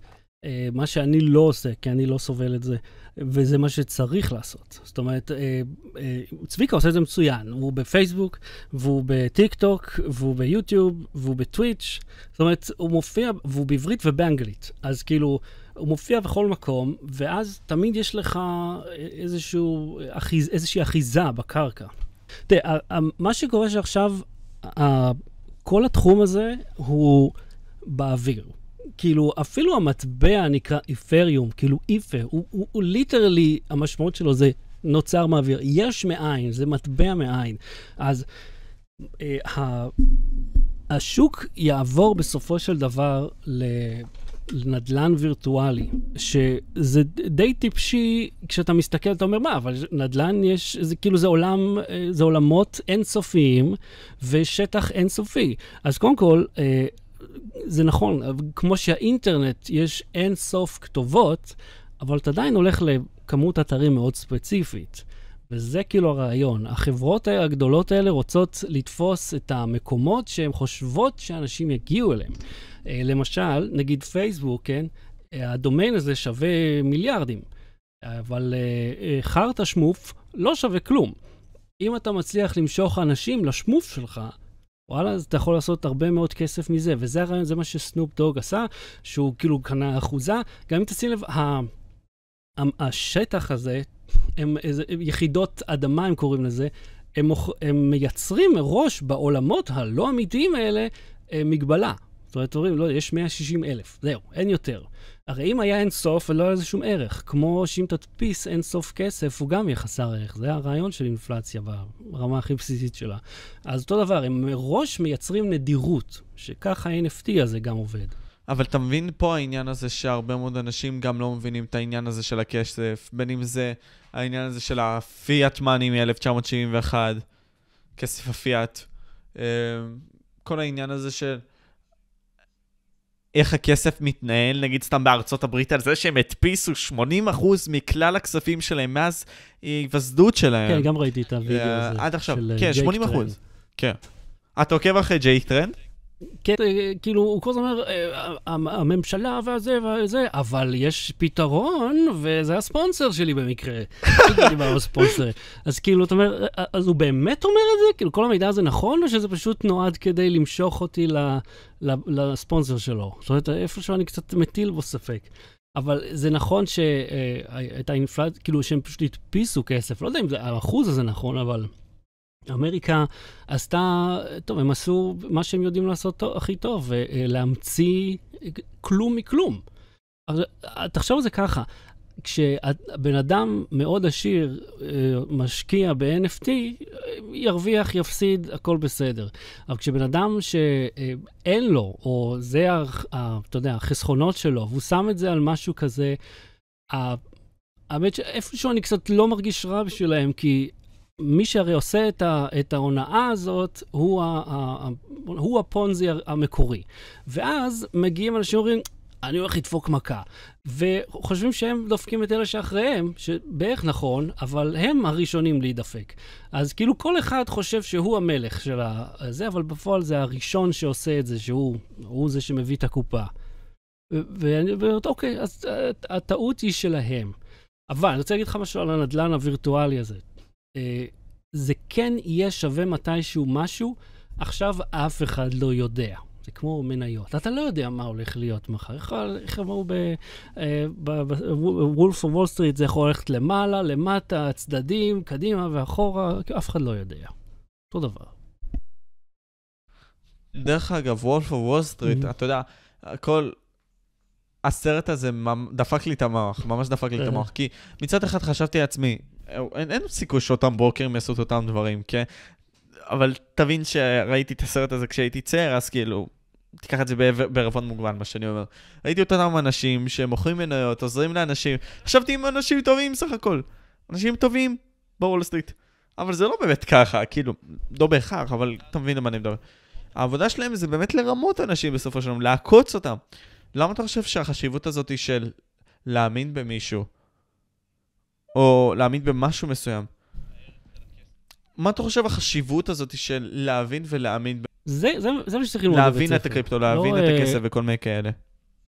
מה שאני לא עושה, כי אני לא סובל את זה, וזה מה שצריך לעשות. זאת אומרת, צביקה עושה את זה מצוין. הוא בפייסבוק, והוא בטיק טוק, והוא ביוטיוב, והוא בטוויץ'. זאת אומרת, הוא מופיע, והוא בעברית ובאנגלית. אז כאילו, הוא מופיע בכל מקום, ואז תמיד יש לך איזשהו, איזושהי אחיזה בקרקע. תראה, מה שקורה שעכשיו, כל התחום הזה הוא באוויר. כאילו, אפילו המטבע נקרא איפריום, כאילו איפה, הוא, הוא, הוא ליטרלי, המשמעות שלו זה נוצר מאוויר. יש מאין, זה מטבע מאין. אז אה, השוק יעבור בסופו של דבר לנדלן וירטואלי, שזה די טיפשי כשאתה מסתכל, אתה אומר, מה, אבל נדלן יש, זה כאילו זה עולם, זה עולמות אינסופיים ושטח אינסופי. אז קודם כל, אה, זה נכון, כמו שהאינטרנט יש אין סוף כתובות, אבל אתה עדיין הולך לכמות אתרים מאוד ספציפית. וזה כאילו הרעיון. החברות הגדולות האלה רוצות לתפוס את המקומות שהן חושבות שאנשים יגיעו אליהם. למשל, נגיד פייסבוק, כן? הדומיין הזה שווה מיליארדים, אבל חרטה שמוף לא שווה כלום. אם אתה מצליח למשוך אנשים לשמוף שלך, וואלה, אז אתה יכול לעשות הרבה מאוד כסף מזה, וזה הרעיון, זה מה שסנופ דוג עשה, שהוא כאילו קנה אחוזה. גם אם תשים לב, השטח הזה, הם יחידות אדמה, הם קוראים לזה, הם, הם מייצרים מראש בעולמות הלא אמיתיים האלה מגבלה. זאת אומרת, אומרים, לא, יש מאה ושישים אלף, זהו, אין יותר. הרי אם היה אין סוף, ולא היה לזה שום ערך, כמו שאם תדפיס אין סוף כסף, הוא גם יהיה חסר ערך. זה הרעיון של אינפלציה ברמה הכי בסיסית שלה. אז אותו דבר, הם מראש מייצרים נדירות, שככה ה-אן אף טי הזה גם עובד. אבל אתה מבין פה העניין הזה שהרבה מאוד אנשים גם לא מבינים את העניין הזה של הכסף, בין אם זה העניין הזה של הפיאט מאני מ-אלף תשע מאות שבעים ואחת, כסף הפיאט, כל העניין הזה של איך הכסף מתנהל, נגיד סתם בארצות הברית, על זה שהם הדפיסו שמונים אחוז מכלל הכספים שלהם, מאז היווסדות שלהם. כן, גם ראיתי את הוידאו הזה. עד עכשיו, כן, שמונים אחוז. כן. אתה עוקב אחרי ג'ייק טרנד? כן, כאילו, הוא כל הזמן אומר, הממשלה והזה והזה, אבל יש פתרון, וזה הספונסר שלי במקרה. אז כאילו, אתה אומר, אז הוא באמת אומר את זה? כאילו, כל המידע הזה נכון, או שזה פשוט נועד כדי למשוך אותי לספונסר שלו? זאת אומרת, איפשהו אני קצת מטיל בו ספק. אבל זה נכון שאת האינפלציה, כאילו, שהם פשוט הדפיסו כסף. לא יודע אם האחוז הזה נכון, אבל אמריקה עשתה, טוב, הם עשו מה שהם יודעים לעשות טוב, הכי טוב, להמציא כלום מכלום. תחשוב על זה ככה, כשבן אדם מאוד עשיר משקיע ב-אן אף טי, ירוויח, יפסיד, הכל בסדר. אבל כשבן אדם שאין לו, או זה, אתה יודע, החסכונות שלו, והוא שם את זה על משהו כזה, האמת שאיפשהו אני קצת לא מרגיש רע בשבילהם, כי מי שהרי עושה את, ה, את ההונאה הזאת, הוא, ה, ה, הוא הפונזי המקורי. ואז מגיעים אנשים אומרים, אני הולך לדפוק מכה. וחושבים שהם דופקים את אלה שאחריהם, שבערך נכון, אבל הם הראשונים להידפק. אז כאילו כל אחד חושב שהוא המלך של זה, אבל בפועל זה הראשון שעושה את זה, שהוא הוא זה שמביא את הקופה. ואוקיי, אז הטעות היא שלהם. אבל אני רוצה להגיד לך משהו על הנדלן הווירטואלי הזה. זה כן יהיה שווה מתישהו משהו, עכשיו אף אחד לא יודע. זה כמו מניות. אתה לא יודע מה הולך להיות מחר. איך אמרו בוולף אוף וול סטריט, זה יכול ללכת למעלה, למטה, צדדים, קדימה ואחורה, אף אחד לא יודע. אותו דבר. דרך אגב, וולף אוף וול סטריט, אתה יודע, כל הסרט הזה דפק לי את המוח, ממש דפק לי את המוח, כי מצד אחד חשבתי לעצמי, אין, אין סיכוי שאותם ברוקרים יעשו את אותם דברים, כן? אבל תבין שראיתי את הסרט הזה כשהייתי צעיר, אז כאילו, תיקח את זה בערבון מוגבל, מה שאני אומר. ראיתי אותם אנשים שמוכרים מניות, עוזרים לאנשים, חשבתי עם אנשים טובים סך הכל. אנשים טובים בוול סטריט. אבל זה לא באמת ככה, כאילו, לא בהכרח, אבל אתה מבין למה אני מדבר. העבודה שלהם זה באמת לרמות אנשים בסופו של דבר, לעקוץ אותם. למה אתה חושב שהחשיבות הזאת היא של להאמין במישהו, או להאמין במשהו מסוים? מה אתה חושב החשיבות הזאת של להבין ולהאמין? זה, זה, זה מה שצריכים ללמוד בבית ספר. להבין את הקריפטו, להבין את הכסף וכל מיני כאלה.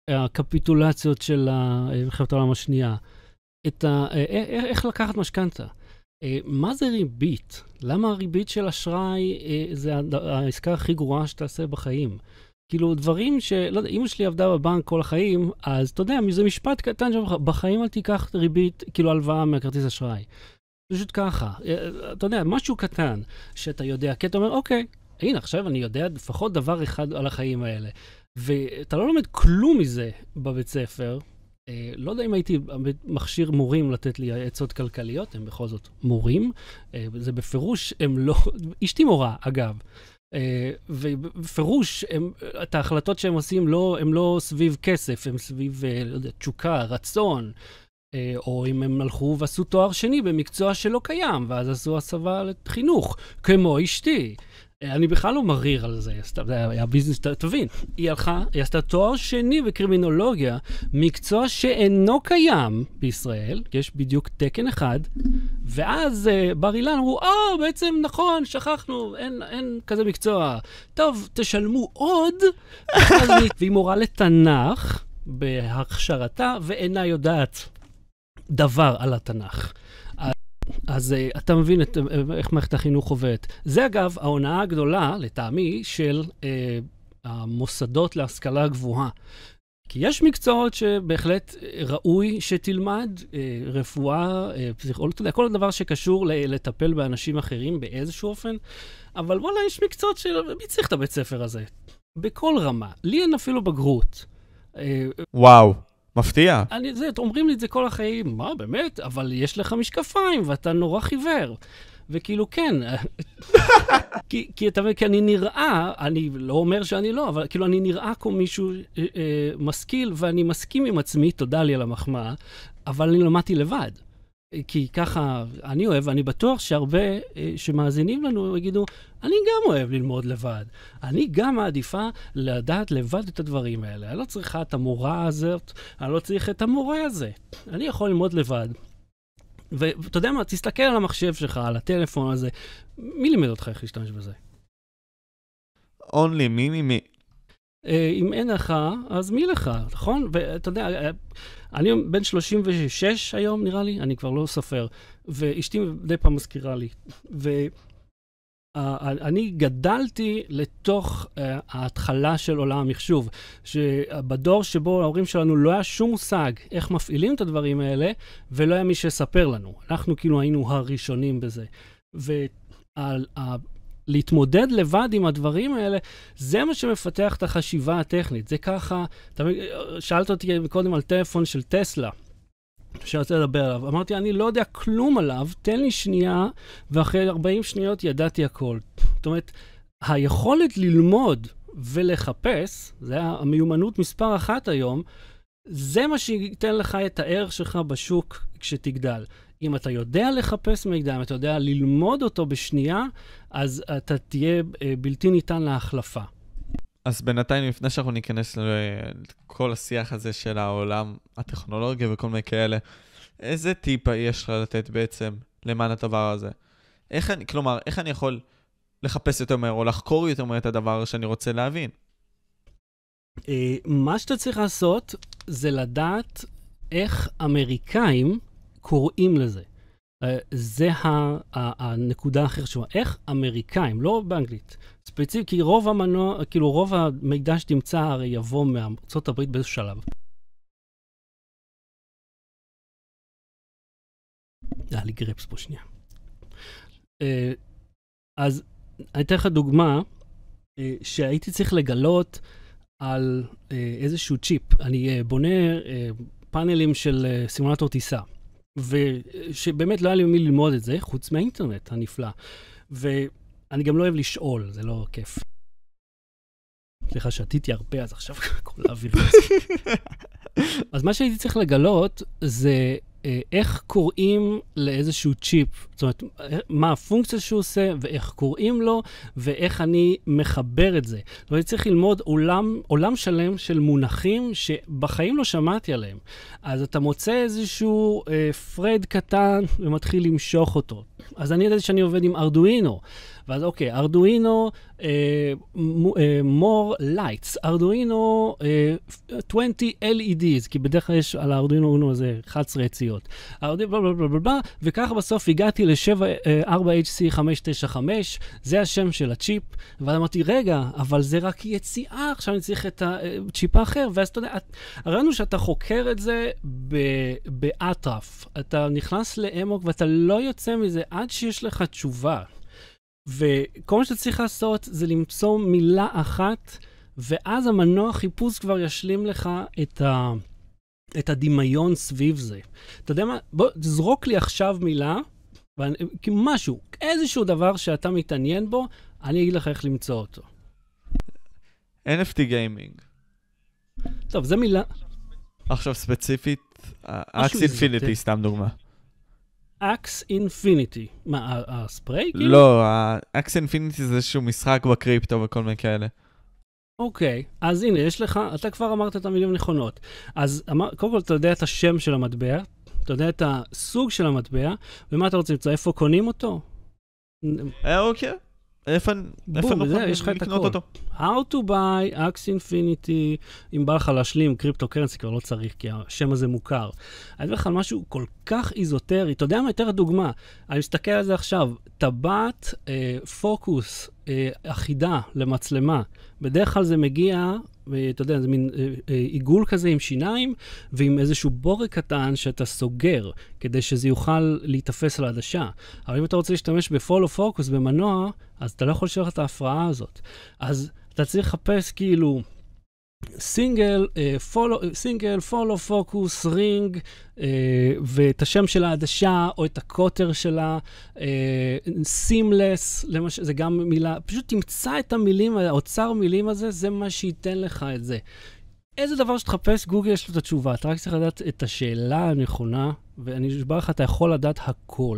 הקפיטולציות של מלחמת העולם השנייה, את ה, איך לקחת משכנתה. מה זה ריבית? למה הריבית של אשראי זה העסקה הכי גרועה שתעשה בחיים? כאילו דברים ש... לא יודע, אמא שלי עבדה בבנק כל החיים, אז אתה יודע, זה משפט קטן שבחיים אל תיקח ריבית, כאילו הלוואה מהכרטיס אשראי. פשוט ככה. אתה יודע, משהו קטן שאתה יודע, כי אתה אומר, אוקיי, הנה, עכשיו אני יודע לפחות דבר אחד על החיים האלה. ואתה לא לומד כלום מזה בבית ספר. אה, לא יודע אם הייתי מכשיר מורים לתת לי עצות כלכליות, הם בכל זאת מורים. אה, זה בפירוש, הם לא... אשתי מורה, אגב. אה, ובפירוש, הם, את ההחלטות שהם עושים, לא, הם לא סביב כסף, הם סביב, אה, לא יודע, תשוקה, רצון. אה, או אם הם הלכו ועשו תואר שני במקצוע שלא קיים, ואז עשו הסבה לחינוך, כמו אשתי. אני בכלל לא מריר על זה, זה היה ביזנס, תבין, היא הלכה, היא עשתה תואר שני בקרימינולוגיה, מקצוע שאינו קיים בישראל, יש בדיוק תקן אחד, ואז בר אילן אמרו, אה, בעצם נכון, שכחנו, אין, אין כזה מקצוע, טוב, תשלמו עוד, והיא מורה לתנ"ך בהכשרתה, ואינה יודעת דבר על התנ"ך. אז uh, אתה מבין את, uh, איך מערכת החינוך עובדת. זה אגב ההונאה הגדולה, לטעמי, של uh, המוסדות להשכלה גבוהה. כי יש מקצועות שבהחלט ראוי שתלמד, uh, רפואה, uh, פסיכולוגיה, כל דבר שקשור לטפל באנשים אחרים באיזשהו אופן, אבל וואלה, יש מקצועות שמי צריך את הבית ספר הזה? בכל רמה. לי אין אפילו בגרות. Uh, וואו. מפתיע. אני, זה, אומרים לי את זה כל החיים, מה, באמת? אבל יש לך משקפיים, ואתה נורא חיוור. וכאילו, כן. כי, כי, אתה, כי אני נראה, אני לא אומר שאני לא, אבל כאילו, אני נראה כמו מישהו אה, אה, משכיל, ואני מסכים עם עצמי, תודה לי על המחמאה, אבל אני למדתי לבד. כי ככה, אני אוהב, אני בטוח שהרבה אה, שמאזינים לנו יגידו, אני גם אוהב ללמוד לבד. אני גם מעדיפה לדעת לבד את הדברים האלה. אני לא צריכה את המורה הזאת, אני לא צריך את המורה הזה. אני יכול ללמוד לבד. ואתה יודע מה, תסתכל על המחשב שלך, על הטלפון הזה. מי לימד אותך איך להשתמש בזה? only me, me, me. אם אין לך, אז מי לך, נכון? ואתה יודע, אני בן שלושים ושש היום, נראה לי, אני כבר לא סופר, ואשתי די פעם מזכירה לי. ואני גדלתי לתוך ההתחלה של עולם המחשוב, שבדור שבו ההורים שלנו לא היה שום מושג איך מפעילים את הדברים האלה, ולא היה מי שיספר לנו. אנחנו כאילו היינו הראשונים בזה. ועל להתמודד לבד עם הדברים האלה, זה מה שמפתח את החשיבה הטכנית. זה ככה, תמיד, שאלת אותי קודם על טלפון של טסלה, שרצה לדבר עליו. אמרתי, אני לא יודע כלום עליו, תן לי שנייה, ואחרי ארבעים שניות ידעתי הכל. זאת אומרת, היכולת ללמוד ולחפש, זה המיומנות מספר אחת היום, זה מה שייתן לך את הערך שלך בשוק כשתגדל. אם אתה יודע לחפש מידע, אם אתה יודע ללמוד אותו בשנייה, אז אתה תהיה בלתי ניתן להחלפה. אז בינתיים, לפני שאנחנו ניכנס לכל השיח הזה של העולם, הטכנולוגיה וכל מיני כאלה, איזה טיפ יש לך לתת בעצם למען הדבר הזה? איך אני, כלומר, איך אני יכול לחפש יותר מהר או לחקור יותר מהר את הדבר שאני רוצה להבין? מה שאתה צריך לעשות זה לדעת איך אמריקאים קוראים לזה. זה הנקודה הכי חשובה. איך אמריקאים, לא באנגלית, ספציפית, כי רוב המנוע, כאילו רוב המידע שתמצא הרי יבוא מארצות הברית באיזשהו שלב. היה לי גרפס פה שנייה. אז אני אתן לך דוגמה שהייתי צריך לגלות על איזשהו צ'יפ. אני בונה פאנלים של סימולטור טיסה. ושבאמת לא היה לי מי ללמוד את זה, חוץ מהאינטרנט הנפלא. ואני גם לא אוהב לשאול, זה לא כיף. סליחה, שתיתי הרבה, אז עכשיו כל האוויר. אז מה שהייתי צריך לגלות זה איך קוראים לאיזשהו צ'יפ, זאת אומרת, מה הפונקציה שהוא עושה, ואיך קוראים לו, ואיך אני מחבר את זה. זאת אומרת, צריך ללמוד עולם, עולם שלם של מונחים שבחיים לא שמעתי עליהם. אז אתה מוצא איזשהו אה, פרד קטן ומתחיל למשוך אותו. אז אני יודעת שאני עובד עם ארדואינו. ואז אוקיי, ארדואינו, אה, אה, more lights, ארדואינו אה, עשרים אל אי די'ס, כי בדרך כלל יש על הארדואינו הזה אחת עשרה יציאות. ארדואינו בלה בלה בלה בלה, וככה בסוף הגעתי ל-שבע ארבע אייץ' סי חמש תשע חמש, זה השם של הצ'יפ, ואז אמרתי, רגע, אבל זה רק יציאה, עכשיו אני צריך את הצ'יפ האחר, ואז אתה יודע, הראינו שאתה חוקר את זה באטרף, אתה נכנס לאמוק ואתה לא יוצא מזה עד שיש לך תשובה. וכל מה שאתה צריך לעשות זה למצוא מילה אחת, ואז המנוע חיפוש כבר ישלים לך את, ה... את הדמיון סביב זה. אתה יודע מה? בוא, תזרוק לי עכשיו מילה, ואני... משהו, איזשהו דבר שאתה מתעניין בו, אני אגיד לך איך למצוא אותו. אן אף טי Gaming. טוב, זה מילה... עכשיו ספציפית, Axie Infinity, סתם דוגמה. Axie Infinity. מה, הספרי? לא, Axie Infinity זה איזשהו משחק בקריפטו וכל מיני כאלה. אוקיי, אז הנה, יש לך, אתה כבר אמרת את המילים נכונות. אז קודם כל אתה יודע את השם של המטבע, אתה יודע את הסוג של המטבע, ומה אתה רוצה למצוא? איפה קונים אותו? אוקיי. איפה נוכל לקנות אותו? How to buy, Axie Infinity, אם בא לך להשלים קריפטו קרנסי, כבר לא צריך, כי השם הזה מוכר. אני אומר לך על משהו כל כך איזוטרי, אתה יודע מה יותר הדוגמה? אני מסתכל על זה עכשיו, טבעת אה, פוקוס אה, אחידה למצלמה, בדרך כלל זה מגיע, ואתה יודע, זה מין אה, אה, עיגול כזה עם שיניים, ועם איזשהו בורק קטן שאתה סוגר, כדי שזה יוכל להתאפס על העדשה. אבל אם אתה רוצה להשתמש בפולו פוקוס, במנוע, אז אתה לא יכול לשאול את ההפרעה הזאת. אז אתה צריך לחפש כאילו סינגל, פולו, סינגל, פולו פוקוס, רינג, ואת השם של העדשה, או את הקוטר שלה, סימלס, למש... זה גם מילה, פשוט תמצא את המילים, האוצר מילים הזה, זה מה שייתן לך את זה. איזה דבר שתחפש, גוגל יש לו את התשובה, אתה רק צריך לדעת את השאלה הנכונה, ואני אשבר לך, אתה יכול לדעת הכל.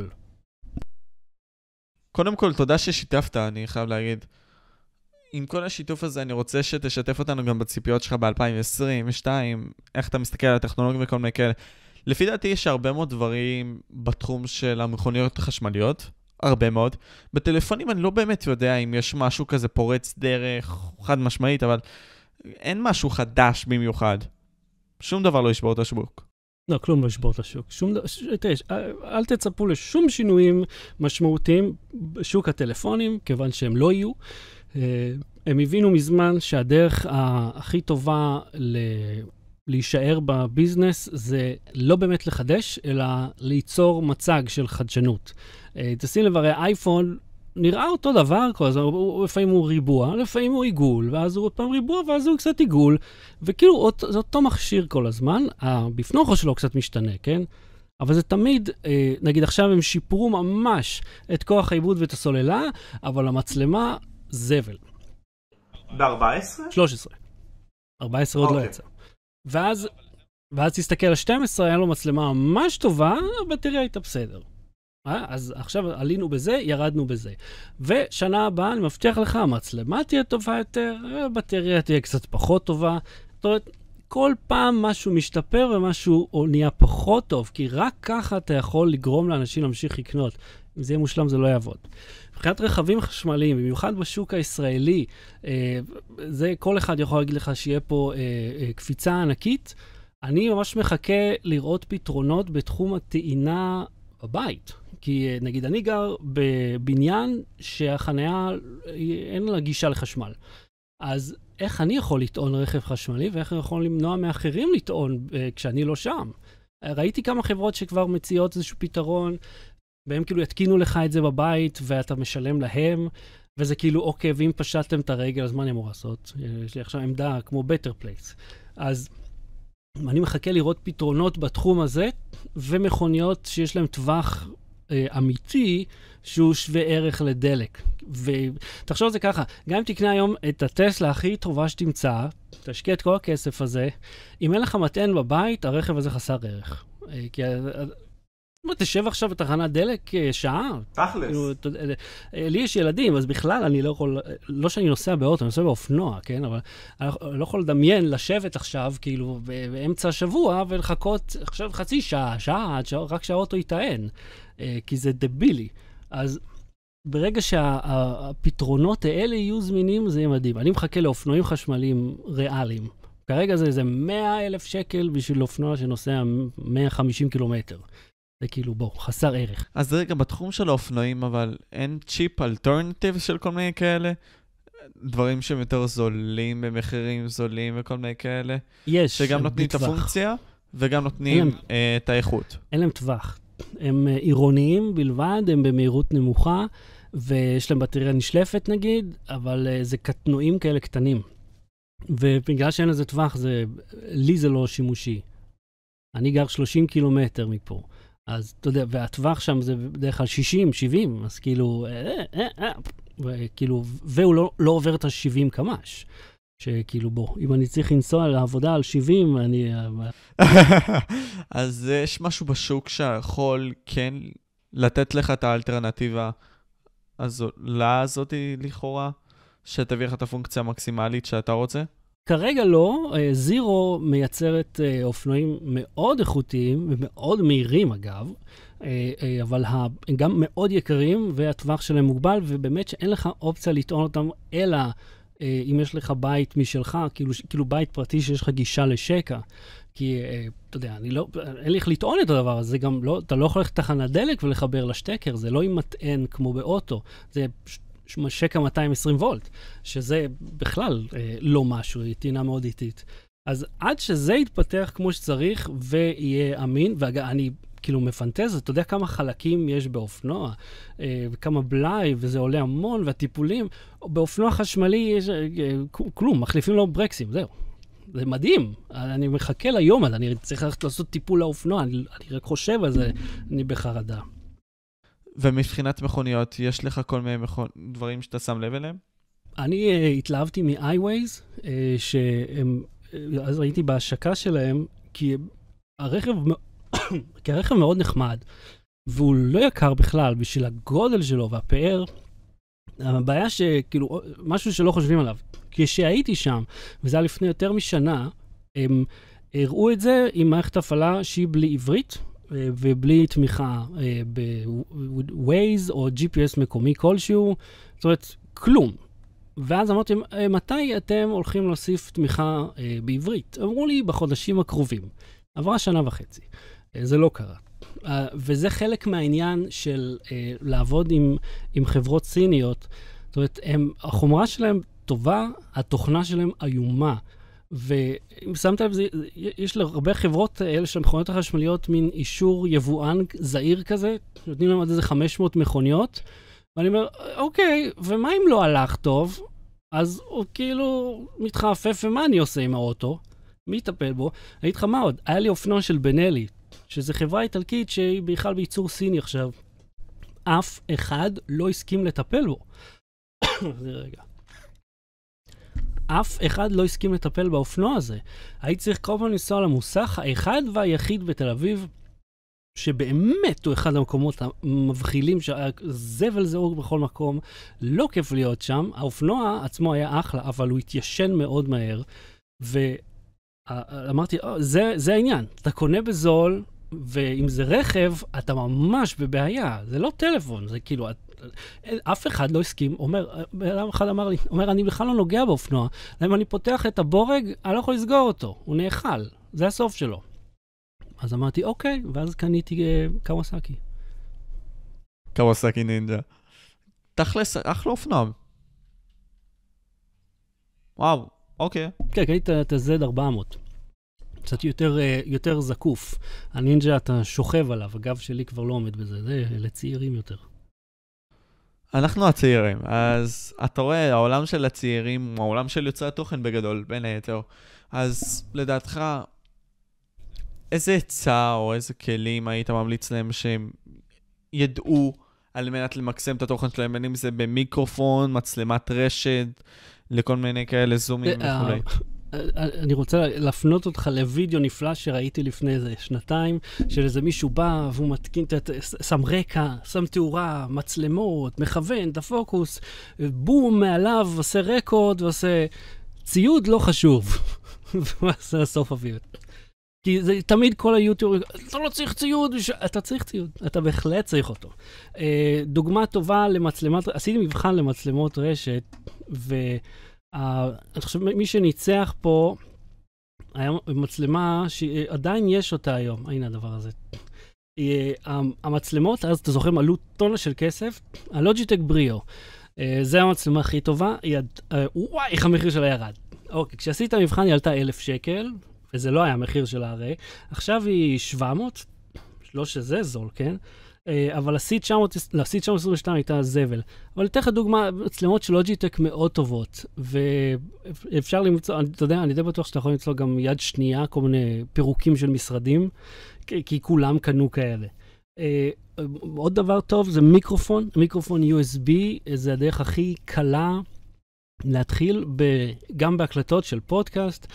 קודם כל, תודה ששיתפת, אני חייב להגיד. עם כל השיתוף הזה, אני רוצה שתשתף אותנו גם בציפיות שלך ב-אלפיים עשרים ושתיים, איך אתה מסתכל על הטכנולוגיה וכל מיני כאלה. לפי דעתי יש הרבה מאוד דברים בתחום של המכוניות החשמליות, הרבה מאוד. בטלפונים אני לא באמת יודע אם יש משהו כזה פורץ דרך, חד משמעית, אבל אין משהו חדש במיוחד. שום דבר לא ישבור את השוק. לא, כלום לא ישבור את השוק. שום דבר, תראה, אל תצפו לשום שינויים משמעותיים בשוק הטלפונים, כיוון שהם לא יהיו. הם הבינו מזמן שהדרך הכי טובה להישאר בביזנס זה לא באמת לחדש, אלא ליצור מצג של חדשנות. תשים לב, הרי אייפון נראה אותו דבר, לפעמים הוא ריבוע, לפעמים הוא עיגול, ואז הוא עוד פעם ריבוע, ואז הוא קצת עיגול, וכאילו זה אותו מכשיר כל הזמן, הבפנוכו שלו קצת משתנה, כן? אבל זה תמיד, נגיד עכשיו הם שיפרו ממש את כוח העיבוד ואת הסוללה, אבל המצלמה זבל. ב-ארבע עשרה? שלוש עשרה. ארבע עשרה עוד לא יצא. ואז, ואז תסתכל על שתים עשרה, היה לו מצלמה ממש טובה, הבטריה הייתה בסדר. אז עכשיו עלינו בזה, ירדנו בזה. ושנה הבאה, אני מבטיח לך, המצלמה תהיה טובה יותר, הבטריה תהיה קצת פחות טובה. זאת אומרת, כל פעם משהו משתפר ומשהו נהיה פחות טוב, כי רק ככה אתה יכול לגרום לאנשים להמשיך לקנות. אם זה יהיה מושלם, זה לא יעבוד. מבחינת רכבים חשמליים, במיוחד בשוק הישראלי, אה, זה כל אחד יכול להגיד לך שיהיה פה אה, אה, קפיצה ענקית. אני ממש מחכה לראות פתרונות בתחום הטעינה בבית. כי אה, נגיד, אני גר בבניין שהחניה אין לה גישה לחשמל. אז איך אני יכול לטעון רכב חשמלי, ואיך אני יכול למנוע מאחרים לטעון אה, כשאני לא שם? ראיתי כמה חברות שכבר מציעות איזשהו פתרון, והם כאילו יתקינו לך את זה בבית, ואתה משלם להם, וזה כאילו, אוקיי, ואם פשטתם את הרגל, אז מה אני אמור לעשות? יש לי עכשיו עמדה כמו Better Place. אז אני מחכה לראות פתרונות בתחום הזה, ומכוניות שיש להם טווח אה, אמיתי, שהוא שווה ערך לדלק. ותחשוב זה ככה, גם אם תקנה היום את הטסלה הכי טובה שתמצא, תשקיע את כל הכסף הזה, אם אין לך מטען בבית, הרכב הזה חסר ערך. כי תשב עכשיו בתחנת דלק שעה. תכלס. לי יש ילדים, אז בכלל אני לא יכול, לא שאני נוסע באוטו, אני נוסע באופנוע, כן? אבל אני לא יכול לדמיין לשבת עכשיו, כאילו, באמצע השבוע, ולחכות עכשיו חצי שעה, שעה, רק שהאוטו יטען, כי זה דבילי. אז ברגע שהפתרונות האלה יהיו זמינים, זה יהיה מדהים. אני מחכה לאופנועים חשמליים ריאליים. כרגע זה איזה מאה אלף שקל בשביל אופנוע שנוסע מאה וחמישים קילומטר. זה כאילו, בוא, חסר ערך. אז רגע, בתחום של האופנועים, אבל אין צ'יפ אלטרנטיב של כל מיני כאלה? דברים שהם יותר זולים, במחירים זולים וכל מיני כאלה? יש, שגם נותנים את הפונקציה, וגם נותנים אה, את האיכות. אין להם טווח. הם עירוניים בלבד, הם במהירות נמוכה, ויש להם בטריה נשלפת נגיד, אבל uh, זה קטנועים כאלה קטנים. ובגלל שאין לזה טווח, זה, לי זה לא שימושי. אני גר שלושים קילומטר מפה. אז אתה יודע, והטווח שם זה בדרך כלל שישים, שבעים, אז כאילו, אה, אה, אה, וכאילו, והוא לא, לא עובר את ה-שבעים קמ"ש. שכאילו, בוא, אם אני צריך לנסוע לעבודה על שבעים, אני... אז יש משהו בשוק שיכול כן לתת לך את האלטרנטיבה הזולה הזאת לכאורה, שתביא לך את הפונקציה המקסימלית שאתה רוצה? כרגע לא. זירו מייצרת אופנועים מאוד איכותיים ומאוד מהירים אגב, אבל הם גם מאוד יקרים והטווח שלהם מוגבל, ובאמת שאין לך אופציה לטעון אותם, אלא אם יש לך בית משלך, כאילו, כאילו בית פרטי שיש לך גישה לשקע. כי, אתה יודע, אני לא, אין לי איך לטעון את הדבר הזה, גם לא, אתה לא יכול ללכת תחנת דלק ולחבר לשטקר, זה לא עם מטען כמו באוטו, זה שקע מאתיים ועשרים וולט, שזה בכלל אה, לא משהו, היא טעינה מאוד איטית. אז עד שזה יתפתח כמו שצריך ויהיה אמין, ואני כאילו מפנטז, אתה יודע כמה חלקים יש באופנוע, אה, וכמה בלאי, וזה עולה המון, והטיפולים, באופנוע חשמלי יש אה, כלום, מחליפים לו ברקסים, זהו. זה מדהים, אני מחכה ליום, אז אני צריך ללכת לעשות טיפול לאופנוע, אני, אני רק חושב על זה, אני בחרדה. ומבחינת מכוניות, יש לך כל מיני מכונ... דברים שאתה שם לב אליהם? אני uh, התלהבתי מ-iWays, uh, שהם, uh, אז ראיתי בהשקה שלהם, כי הרכב, כי הרכב מאוד נחמד, והוא לא יקר בכלל, בשביל הגודל שלו והפאר, הבעיה שכאילו, משהו שלא חושבים עליו, כשהייתי שם, וזה היה לפני יותר משנה, הם הראו את זה עם מערכת הפעלה שהיא בלי עברית, ובלי תמיכה ב-Waze או ג'י פי אס מקומי כלשהו, זאת אומרת, כלום. ואז אמרתי, מתי אתם הולכים להוסיף תמיכה בעברית? אמרו לי, בחודשים הקרובים. עברה שנה וחצי. זה לא קרה. וזה חלק מהעניין של לעבוד עם, עם חברות סיניות. זאת אומרת, הם, החומרה שלהם טובה, התוכנה שלהם איומה. ואם שמת לב, יש להרבה חברות אלה של המכוניות החשמליות מין אישור יבואן זעיר כזה, נותנים להם עד איזה חמש מאות מכוניות, ואני אומר, אוקיי, ומה אם לא הלך טוב? אז הוא כאילו מתחפף, ומה אני עושה עם האוטו? מי יטפל בו? אני אגיד לך מה עוד, היה לי אופנוע של בנלי, שזו חברה איטלקית שהיא בכלל בייצור סיני עכשיו. אף אחד לא הסכים לטפל בו. זה רגע. אף אחד לא הסכים לטפל באופנוע הזה. הייתי צריך כל פעם לנסוע למוסך, האחד והיחיד בתל אביב, שבאמת הוא אחד המקומות המבחילים, זבל זהור בכל מקום, לא כיף להיות שם. האופנוע עצמו היה אחלה, אבל הוא התיישן מאוד מהר, ואמרתי, זה, זה העניין. אתה קונה בזול, ואם זה רכב, אתה ממש בבעיה. זה לא טלפון, זה כאילו... אף אחד לא הסכים, אומר, אדם אחד אמר לי, אומר, אני בכלל לא נוגע באופנוע, אם אני פותח את הבורג, אני לא יכול לסגור אותו, הוא נאכל, זה הסוף שלו. אז אמרתי, אוקיי, ואז קניתי קוואסקי. קוואסקי נינג'ה. תכלס, אחלה אופנוע. וואו, אוקיי. כן, קניתי את ה-זד ארבע מאות. קצת יותר, יותר זקוף. הנינג'ה, אתה שוכב עליו, הגב שלי כבר לא עומד בזה, זה לצעירים יותר. אנחנו הצעירים, אז אתה רואה, העולם של הצעירים הוא העולם של יוצרי התוכן בגדול, בין היתר. אז לדעתך, איזה עצה או איזה כלים היית ממליץ להם שהם ידעו על מנת למקסם את התוכן שלהם, בין אם זה במיקרופון, מצלמת רשת, לכל מיני כאלה זומים וכו'. אני רוצה להפנות אותך לוידאו נפלא שראיתי לפני איזה שנתיים, של איזה מישהו בא והוא מתקין, שם רקע, שם תאורה, מצלמות, מכוון, את הפוקוס, בום מעליו, עושה רקורד, ועושה ציוד לא חשוב. ועושה סוף אביב. כי זה תמיד כל היוטיוב, אתה לא צריך ציוד, אתה צריך ציוד, אתה בהחלט צריך אותו. דוגמה טובה למצלמת, עשיתי מבחן למצלמות רשת, ואני חושב, מי שניצח פה, היה מצלמה שעדיין יש אותה היום, הנה הדבר הזה. המצלמות, אז אתה זוכר, עלו טונה של כסף, הלוג'יטק בריאו. זה המצלמה הכי טובה, וואי, איך המחיר שלה ירד. אוקיי, כשעשית המבחן היא עלתה אלף שקל, וזה לא היה המחיר שלה הרי. עכשיו היא שבע מאות, לא שזה זול, כן? אבל ה-סי תשע מאות עשרים ושתיים הייתה זבל. אבל אתן לך דוגמה, מצלמות של לוג'יטק מאוד טובות, ואפשר למצוא, אתה יודע, אני די בטוח שאתה יכול למצוא גם יד שנייה, כל מיני פירוקים של משרדים, כי כולם קנו כאלה. עוד דבר טוב זה מיקרופון, מיקרופון יו אס בי, זה הדרך הכי קלה, להתחיל ב, גם בהקלטות של פודקאסט,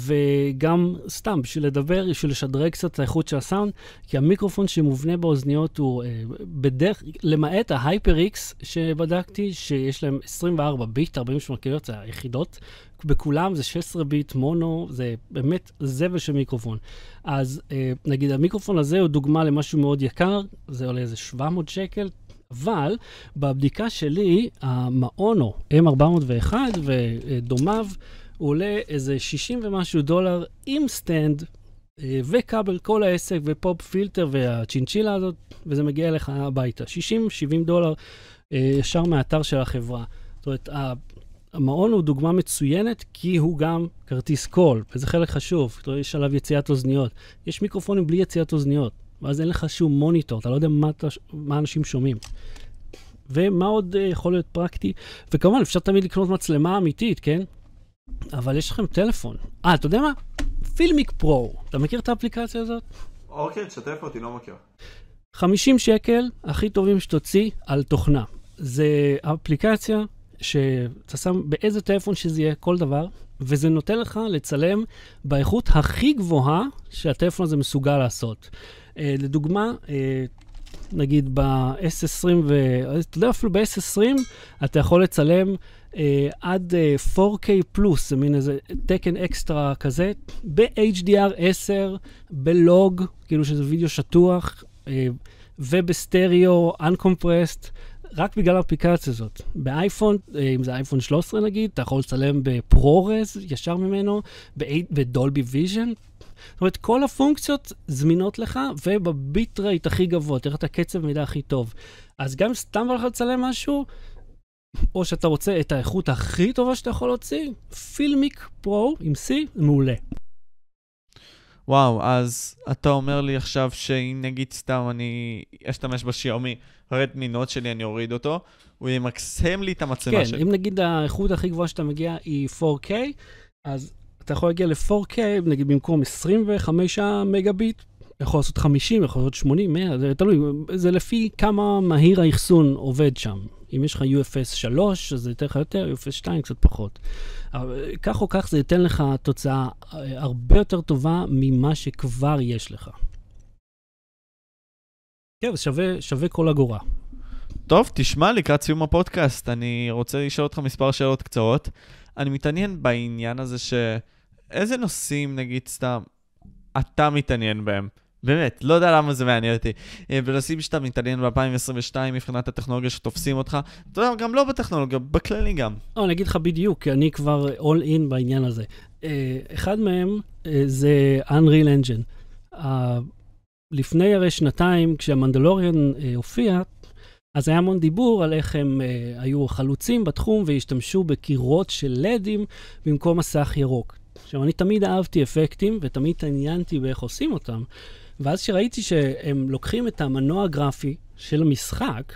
וגם סתם בשביל לדבר, בשביל לשדרג קצת את האיכות של הסאונד, כי המיקרופון שמובנה באוזניות הוא אה, בדרך, למעט ההייפר-איקס שבדקתי, שיש להם עשרים וארבע ביט, ארבעים ושמונה קילוהרץ, זה היחידות, בכולם זה שש עשרה ביט מונו, זה באמת זבל של מיקרופון. אז אה, נגיד המיקרופון הזה הוא דוגמה למשהו מאוד יקר, זה עולה איזה שבע מאות שקל, אבל בבדיקה שלי, המאונו אם ארבע מאות ואחת ודומיו, הוא עולה איזה שישים ומשהו דולר עם סטנד וכבל, כל העסק ופופ פילטר והצ'ינצ'ילה הזאת, וזה מגיע אליך הביתה. שישים שבעים דולר ישר מהאתר של החברה. זאת אומרת, המאון הוא דוגמה מצוינת, כי הוא גם כרטיס קול, וזה חלק חשוב. זאת אומרת, יש עליו יציאת אוזניות. יש מיקרופונים בלי יציאת אוזניות. ואז אין לך שום מוניטור, אתה לא יודע מה, מה אנשים שומעים. ומה עוד uh, יכול להיות פרקטי? וכמובן, אפשר תמיד לקנות מצלמה אמיתית, כן? אבל יש לכם טלפון. אה, אתה יודע מה? פילמיק פרו. אתה מכיר את האפליקציה הזאת? אוקיי, תשתף אותי, לא מכיר. חמישים שקל, הכי טובים שתוציא על תוכנה. זה אפליקציה שאתה שם באיזה טלפון שזה יהיה, כל דבר, וזה נותן לך לצלם באיכות הכי גבוהה שהטלפון הזה מסוגל לעשות. Uh, לדוגמה, uh, נגיד ב-אס עשרים, ו... אתה יודע, אפילו ב-אס עשרים, אתה יכול לצלם uh, עד uh, פור קיי פלוס, זה מין איזה תקן אקסטרה כזה, ב-אייץ' די אר עשר, בלוג, כאילו שזה וידאו שטוח, uh, ובסטריאו, uncompressed, רק בגלל האפליקציה הזאת. באייפון, אם זה אייפון שלוש עשרה נגיד, אתה יכול לצלם בפרורז, ישר ממנו, בדולבי ויז'ן. זאת אומרת, כל הפונקציות זמינות לך, ובביט רייט הכי גבוה, תראה את הקצב מידע הכי טוב. אז גם סתם בא לך לצלם משהו, או שאתה רוצה את האיכות הכי טובה שאתה יכול להוציא, פילמיק פרו עם C, מעולה. וואו, אז אתה אומר לי עכשיו שאם נגיד סתם אני אשתמש בשיומי, רדמי נוט שלי, אני אוריד אותו, הוא ימקסם לי את המצלמה כן, שלי. כן, אם נגיד האיכות הכי גבוהה שאתה מגיע היא פור קיי, אז אתה יכול להגיע ל-פור קיי, נגיד במקום עשרים וחמישה מגה ביט, יכול לעשות חמישים, יכול לעשות שמונים, מאה, זה תלוי, זה לפי כמה מהיר האחסון עובד שם. אם יש לך יו אף אס שלוש, אז זה ייתן לך יותר, יו אף אס שתיים קצת פחות. אבל כך או כך זה ייתן לך תוצאה הרבה יותר טובה ממה שכבר יש לך. כן, זה שווה, שווה כל אגורה. טוב, תשמע, לקראת סיום הפודקאסט, אני רוצה לשאול אותך מספר שאלות קצרות. אני מתעניין בעניין הזה שאיזה נושאים, נגיד סתם, אתה מתעניין בהם. באמת, לא יודע למה זה מעניין אותי. בנושאים שאתה מתעניין ב-אלפיים עשרים ושתיים, מבחינת הטכנולוגיה שתופסים אותך, אתה יודע, גם לא בטכנולוגיה, בכללי גם. לא, אני אגיד לך בדיוק, כי אני כבר all in בעניין הזה. אחד מהם זה Unreal Engine. לפני הרי שנתיים, כשהמנדלוריאן הופיע, אז היה המון דיבור על איך הם היו חלוצים בתחום, והשתמשו בקירות של לדים במקום מסך ירוק. עכשיו, אני תמיד אהבתי אפקטים, ותמיד עניינתי באיך עושים אותם, ואז שראיתי שהם לוקחים את המנוע הגרפי של המשחק,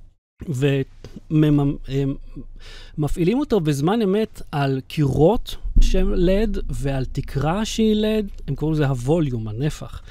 ומפעילים אותו בזמן אמת על קירות של לד, ועל תקרה שהיא לד, הם קוראים לזה הווליום, הנפח.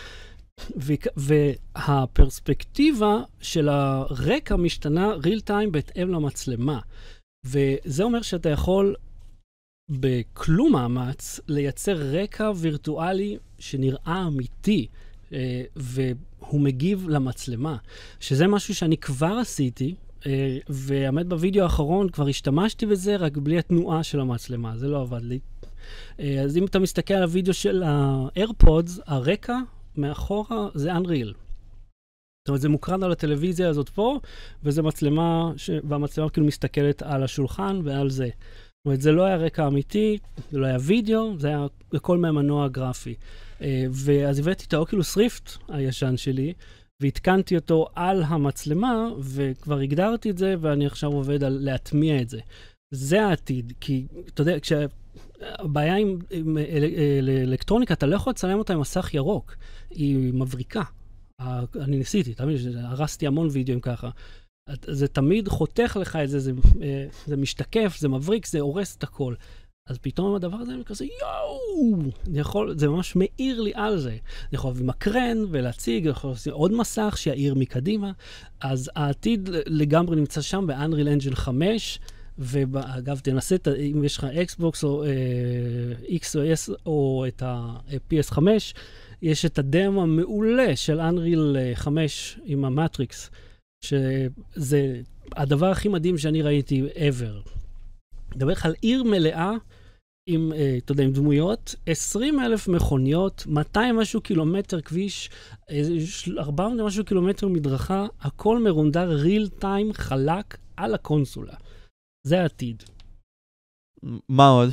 והפרספקטיבה של הרקע משתנה real time בהתאם למצלמה. וזה אומר שאתה יכול בכלום מאמץ לייצר רקע וירטואלי שנראה אמיתי, והוא מגיב למצלמה, שזה משהו שאני כבר עשיתי, והאמת בווידאו האחרון כבר השתמשתי בזה רק בלי התנועה של המצלמה, זה לא עבד לי. אז אם אתה מסתכל על הווידאו של ה-AirPods, הרקע מאחורה זה Unreal. זאת אומרת, זה מוקרן על הטלוויזיה הזאת פה, וזה מצלמה, ש... והמצלמה כאילו מסתכלת על השולחן ועל זה. זאת אומרת, זה לא היה רקע אמיתי, זה לא היה וידאו, זה היה הכל מהמנוע הגרפי. ואז הבאתי את האוקילוס ריפט הישן שלי, והתקנתי אותו על המצלמה, וכבר הגדרתי את זה, ואני עכשיו עובד על להטמיע את זה. זה העתיד, כי אתה יודע, כשהבעיה עם, עם אל, אל, אלקטרוניקה, אתה לא יכול לצלם אותה עם מסך ירוק, היא מבריקה. אני ניסיתי, תמיד, הרסתי המון וידאוים ככה. זה תמיד חותך לך את זה, זה, זה משתקף, זה מבריק, זה הורס את הכל. אז פתאום הדבר הזה אני כזה, יואו! יכול, זה ממש מאיר לי על זה. אני יכול להביא מקרן ולהציג, אני יכול לעשות עוד מסך שיעיר מקדימה. אז העתיד לגמרי נמצא שם ב-Unreal Engine חמש, ואגב, תנסה, אם יש לך Xbox או uh, X או S או את ה-פי אס חמש, יש את הדמו המעולה של Unreal חמש עם המטריקס, שזה הדבר הכי מדהים שאני ראיתי ever. מדבר על עיר מלאה עם, אתה יודע, עם דמויות, עשרים אלף מכוניות, מאתיים משהו קילומטר כביש, ארבע מאות משהו קילומטר מדרכה, הכל מרונדר ריל טיים חלק על הקונסולה. זה העתיד. מה עוד?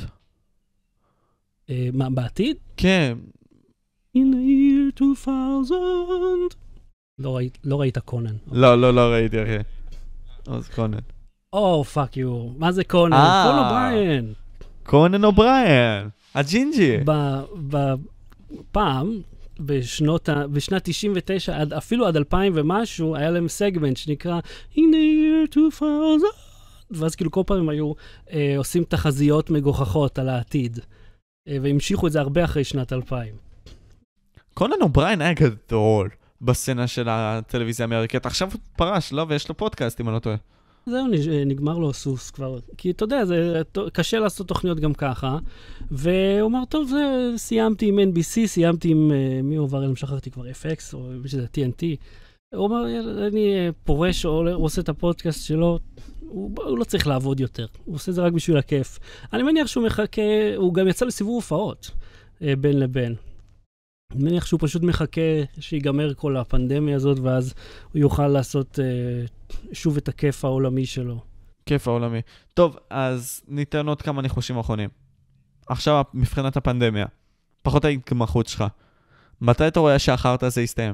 מה, בעתיד? כן. In the year two thousand. לא ראית, לא ראית קונן. לא, לא, לא ראיתי, אחי. אז קונן. או, פאק יו. מה זה קונן? קונן אובריין. קונן אובריין. הג'ינג'י. בפעם, בשנות, בשנת תשעים ותשע, עד, אפילו עד אלפיים ומשהו, היה להם סגמנט שנקרא In the year two thousand. ואז כאילו כל פעם היו אה, עושים תחזיות מגוחכות על העתיד. אה, והמשיכו את זה הרבה אחרי שנת אלפיים. קונן אובריין היה גדול בסצנה של הטלוויזיה האמריקאית. עכשיו הוא פרש, לא? ויש לו פודקאסט, אם אני לא טועה. זהו, נגמר לו הסוס כבר. כי אתה יודע, זה קשה לעשות תוכניות גם ככה. והוא אמר, טוב, זה, סיימתי עם אן בי סי, סיימתי עם, מי הוא עבר, אני משחררתי כבר אף אקס, או שזה טי אן טי. הוא אמר, אני פורש, או הוא עושה את הפודקאסט שלו, הוא, הוא לא צריך לעבוד יותר. הוא עושה את זה רק בשביל הכיף. אני מניח שהוא מחכה, הוא גם יצא לסיבוב הופעות, בין לבין. אני מניח שהוא פשוט מחכה שיגמר כל הפנדמיה הזאת, ואז הוא יוכל לעשות אה, שוב את הכיף העולמי שלו. כיף העולמי. טוב, אז ניתן עוד כמה ניחושים אחרונים. עכשיו, מבחינת הפנדמיה, פחות ההתמחות שלך. מתי אתה רואה שהחרט הזה יסתיים?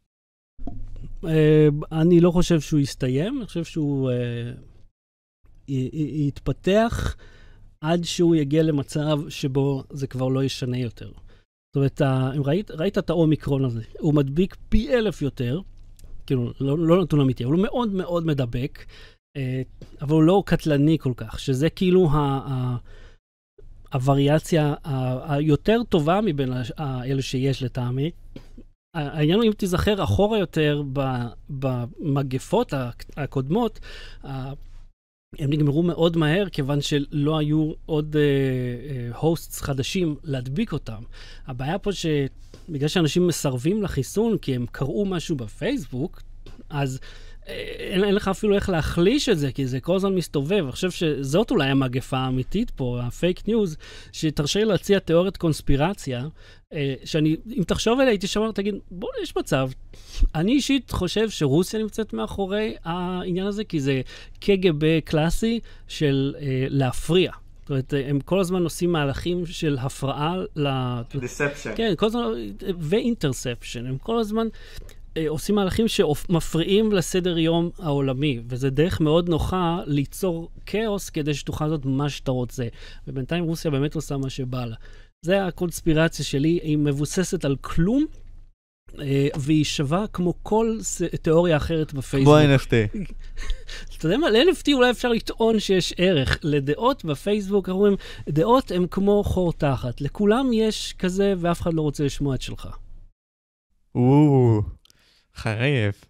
אה, אני לא חושב שהוא יסתיים, אני חושב שהוא אה, י- י- יתפתח עד שהוא יגיע למצב שבו זה כבר לא ישנה יותר. זאת אומרת, אם ראית, ראית את האומיקרון הזה, הוא מדביק פי אלף יותר, כאילו, לא, לא נתון אמיתי, אבל הוא מאוד מאוד מדבק, אבל הוא לא קטלני כל כך, שזה כאילו ה, ה, הווריאציה ה, היותר טובה מבין האלה שיש לטעמי. העניין הוא, אם תיזכר אחורה יותר במגפות הקודמות, הם נגמרו מאוד מהר, כיוון שלא היו עוד הוסטס uh, uh, חדשים להדביק אותם. הבעיה פה שבגלל שאנשים מסרבים לחיסון, כי הם קראו משהו בפייסבוק, אז uh, אין, אין לך אפילו איך להחליש את זה, כי זה כל הזמן מסתובב. אני חושב שזאת אולי המגפה האמיתית פה, הפייק ניוז, שתרשה לי להציע תיאוריית קונספירציה, uh, שאני, אם תחשוב עליה, הייתי שמר, תגיד, בוא, יש מצב. אני אישית חושב שרוסיה נמצאת מאחורי העניין הזה, כי זה קג"ב קלאסי של אה, להפריע. זאת אומרת, הם כל הזמן עושים מהלכים של הפרעה ל... Deception. כן, כל הזמן, ו-interception. הם כל הזמן אה, עושים מהלכים שמפריעים לסדר יום העולמי, וזה דרך מאוד נוחה ליצור כאוס כדי שתוכל לעשות מה שאתה רוצה. ובינתיים רוסיה באמת עושה מה שבא לה. זה הקונספירציה שלי, היא מבוססת על כלום, והיא שווה כמו כל תיאוריה אחרת בפייסבוק. כמו אן אף טי. אתה יודע מה? ל-אן אף טי אולי אפשר לטעון שיש ערך. לדעות בפייסבוק, אנחנו אומרים, דעות הן כמו חור תחת. לכולם יש כזה, ואף אחד לא רוצה לשמוע את שלך. וואו, חרף.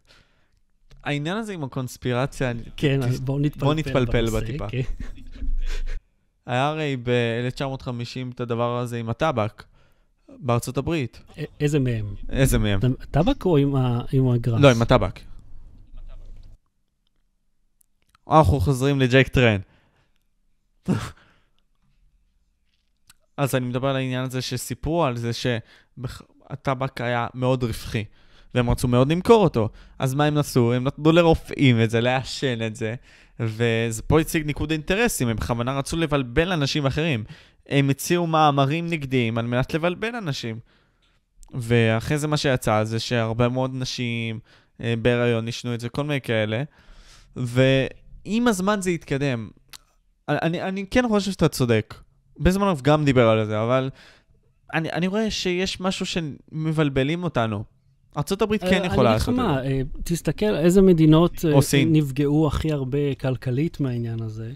העניין הזה עם הקונספירציה... כן, אז בואו נתפלפל. בואו נתפלפל בטיפה. היה הרי ב-אלף תשע מאות וחמישים את הדבר הזה עם הטבק, בארצות הברית. איזה מהם? איזה מהם? הטבק או עם הגראס? לא, עם הטבק. אנחנו חוזרים לג'ייק טרן. אז אני מדבר על העניין הזה שסיפרו על זה שהטבק היה מאוד רווחי, והם רצו מאוד למכור אותו. אז מה הם נעשו? הם נתנו לרופאים את זה, לעשן את זה, וזה פה הציג ניקוד אינטרסים, הם בכוונה רצו לבלבל אנשים אחרים. הם הציעו מאמרים נגדיים על מנת לבלבל אנשים. ואחרי זה מה שיצא זה שהרבה מאוד נשים בהיריון ישנו את זה, כל מיני כאלה. ועם הזמן זה יתקדם. אני, אני כן חושב שאתה צודק. בזמן גם דיבר על זה, אבל אני, אני רואה שיש משהו שמבלבלים אותנו. ארצות הברית כן יכולה לעשות את זה. אני אגיד לך מה, תסתכל איזה מדינות נפגעו הכי הרבה כלכלית מהעניין הזה.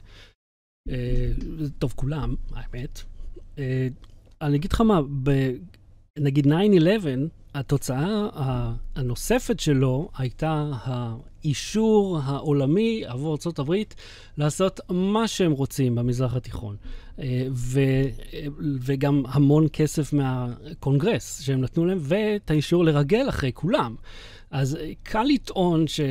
טוב, כולם, האמת. אני אגיד לך מה, נגיד תשע אחת עשרה, התוצאה הנוספת שלו הייתה האישור העולמי עבור ארצות הברית לעשות מה שהם רוצים במזרח התיכון. ו, וגם המון כסף מהקונגרס שהם נתנו להם, ואת האישור לרגל אחרי כולם. אז קל לטעון ש...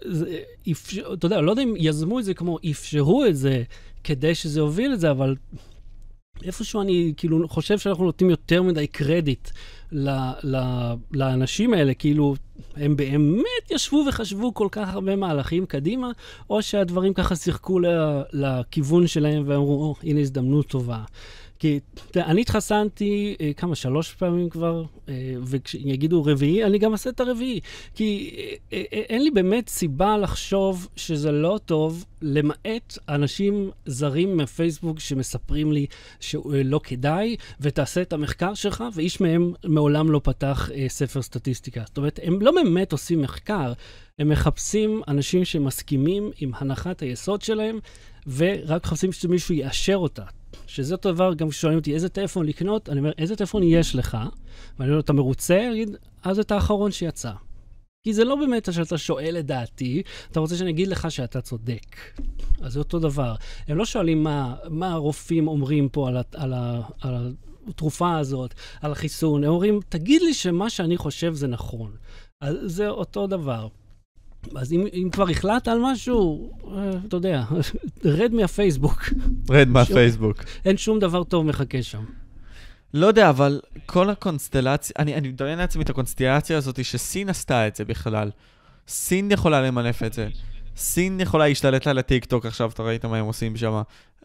אתה יודע, לא יודע אם יזמו את זה כמו אפשרו את זה כדי שזה הוביל את זה, אבל איפשהו אני כאילו חושב שאנחנו נותנים יותר מדי קרדיט ל, ל, לאנשים האלה, כאילו הם באמת ישבו וחשבו כל כך הרבה מהלכים קדימה, או שהדברים ככה שיחקו לכיוון שלהם ואמרו, oh, הנה הזדמנות טובה. כי אני התחסנתי אה, כמה, שלוש פעמים כבר, אה, וכשיגידו רביעי, אני גם אעשה את הרביעי. כי אה, אה, אין לי באמת סיבה לחשוב שזה לא טוב, למעט אנשים זרים מפייסבוק שמספרים לי שלא כדאי, ותעשה את המחקר שלך, ואיש מהם מעולם לא פתח אה, ספר סטטיסטיקה. זאת אומרת, הם לא באמת עושים מחקר, הם מחפשים אנשים שמסכימים עם הנחת היסוד שלהם, ורק מחפשים שמישהו יאשר אותה. שזה אותו דבר, גם כששואלים אותי איזה טלפון לקנות, אני אומר, איזה טלפון יש לך? ואני אומר, אתה מרוצה? אני אגיד, אז את האחרון שיצא. כי זה לא באמת שאתה שואל את דעתי, אתה רוצה שאני אגיד לך שאתה צודק. אז זה אותו דבר. הם לא שואלים מה, מה הרופאים אומרים פה על, על, על התרופה הזאת, על החיסון. הם אומרים, תגיד לי שמה שאני חושב זה נכון. אז זה אותו דבר. אז אם, אם כבר החלטת על משהו, אתה יודע, רד מהפייסבוק. רד מהפייסבוק. אין שום דבר טוב מחכה שם. לא יודע, אבל כל הקונסטלציה, אני, אני מדמיין לעצמי את הקונסטלציה הזאת שסין עשתה את זה בכלל. סין יכולה למנף את זה. סין יכולה להשתלט על הטיק-טוק עכשיו, אתה ראית מה הם עושים שם.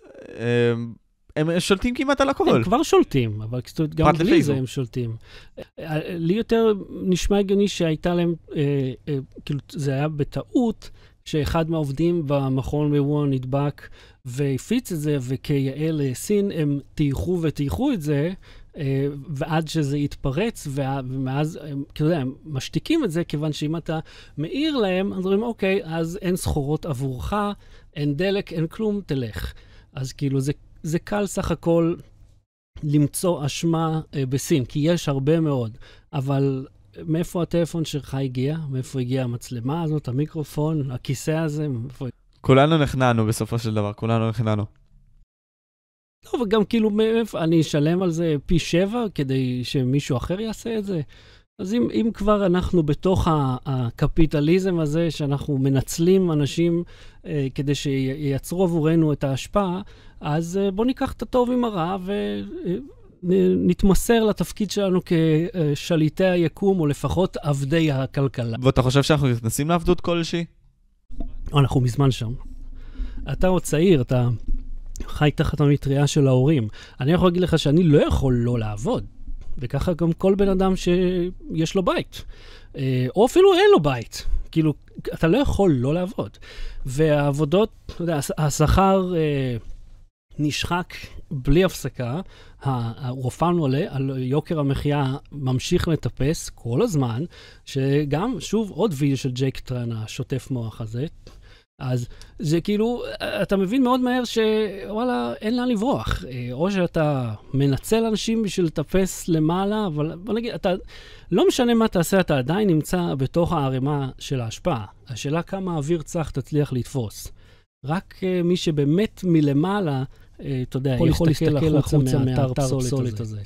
הם שולטים כמעט על הכל. הם כבר שולטים, אבל גם בלי זה הם שולטים. לי יותר נשמע הגיוני שהייתה להם, כאילו זה היה בטעות, שאחד מהעובדים במכון בוואן נדבק והפיץ את זה, וכיעל לסין הם תייכו ותייכו את זה, ועד שזה יתפרץ, ומאז הם, כאילו, הם משתיקים את זה, כיוון שאם אתה מאיר להם, אז אומרים, אוקיי, אז אין סחורות עבורך, אין דלק, אין כלום, תלך. אז כאילו זה זה קל סך הכל למצוא אשמה אה, בסין, כי יש הרבה מאוד. אבל מאיפה הטלפון שלך הגיע? מאיפה הגיעה המצלמה הזאת, המיקרופון, הכיסא הזה? מאיפה... כולנו נכנענו בסופו של דבר, כולנו נכנענו. לא, וגם כאילו מאיפה, אני אשלם על זה פי שבע כדי שמישהו אחר יעשה את זה? אז אם, אם כבר אנחנו בתוך הקפיטליזם הזה, שאנחנו מנצלים אנשים אה, כדי שייצרו עבורנו את ההשפעה, אז אה, בוא ניקח את הטוב עם הרע ונתמסר לתפקיד שלנו כשליטי היקום, או לפחות עבדי הכלכלה. ואתה חושב שאנחנו נכנסים לעבדות כלשהי? אנחנו מזמן שם. אתה עוד צעיר, אתה חי תחת המטריה של ההורים. אני יכול להגיד לך שאני לא יכול לא לעבוד. וככה גם כל בן אדם שיש לו בית. או אפילו אין לו בית. כאילו, אתה לא יכול לא לעבוד. והעבודות, אתה יודע, השכר אה, נשחק בלי הפסקה, הרופן עולה, על יוקר המחיה ממשיך לטפס כל הזמן, שגם, שוב, עוד וידאו של ג'ייק טרן, השוטף מוח הזה, אז זה כאילו, אתה מבין מאוד מהר שוואלה, אין לאן לברוח. או שאתה מנצל אנשים בשביל לטפס למעלה, אבל בוא נגיד, אתה, לא משנה מה תעשה, אתה עדיין נמצא בתוך הערימה של ההשפעה. השאלה כמה אוויר צח תצליח לתפוס. רק מי שבאמת מלמעלה אתה יודע, יכול להסתכל החוצה מהאתר פסולת הזה.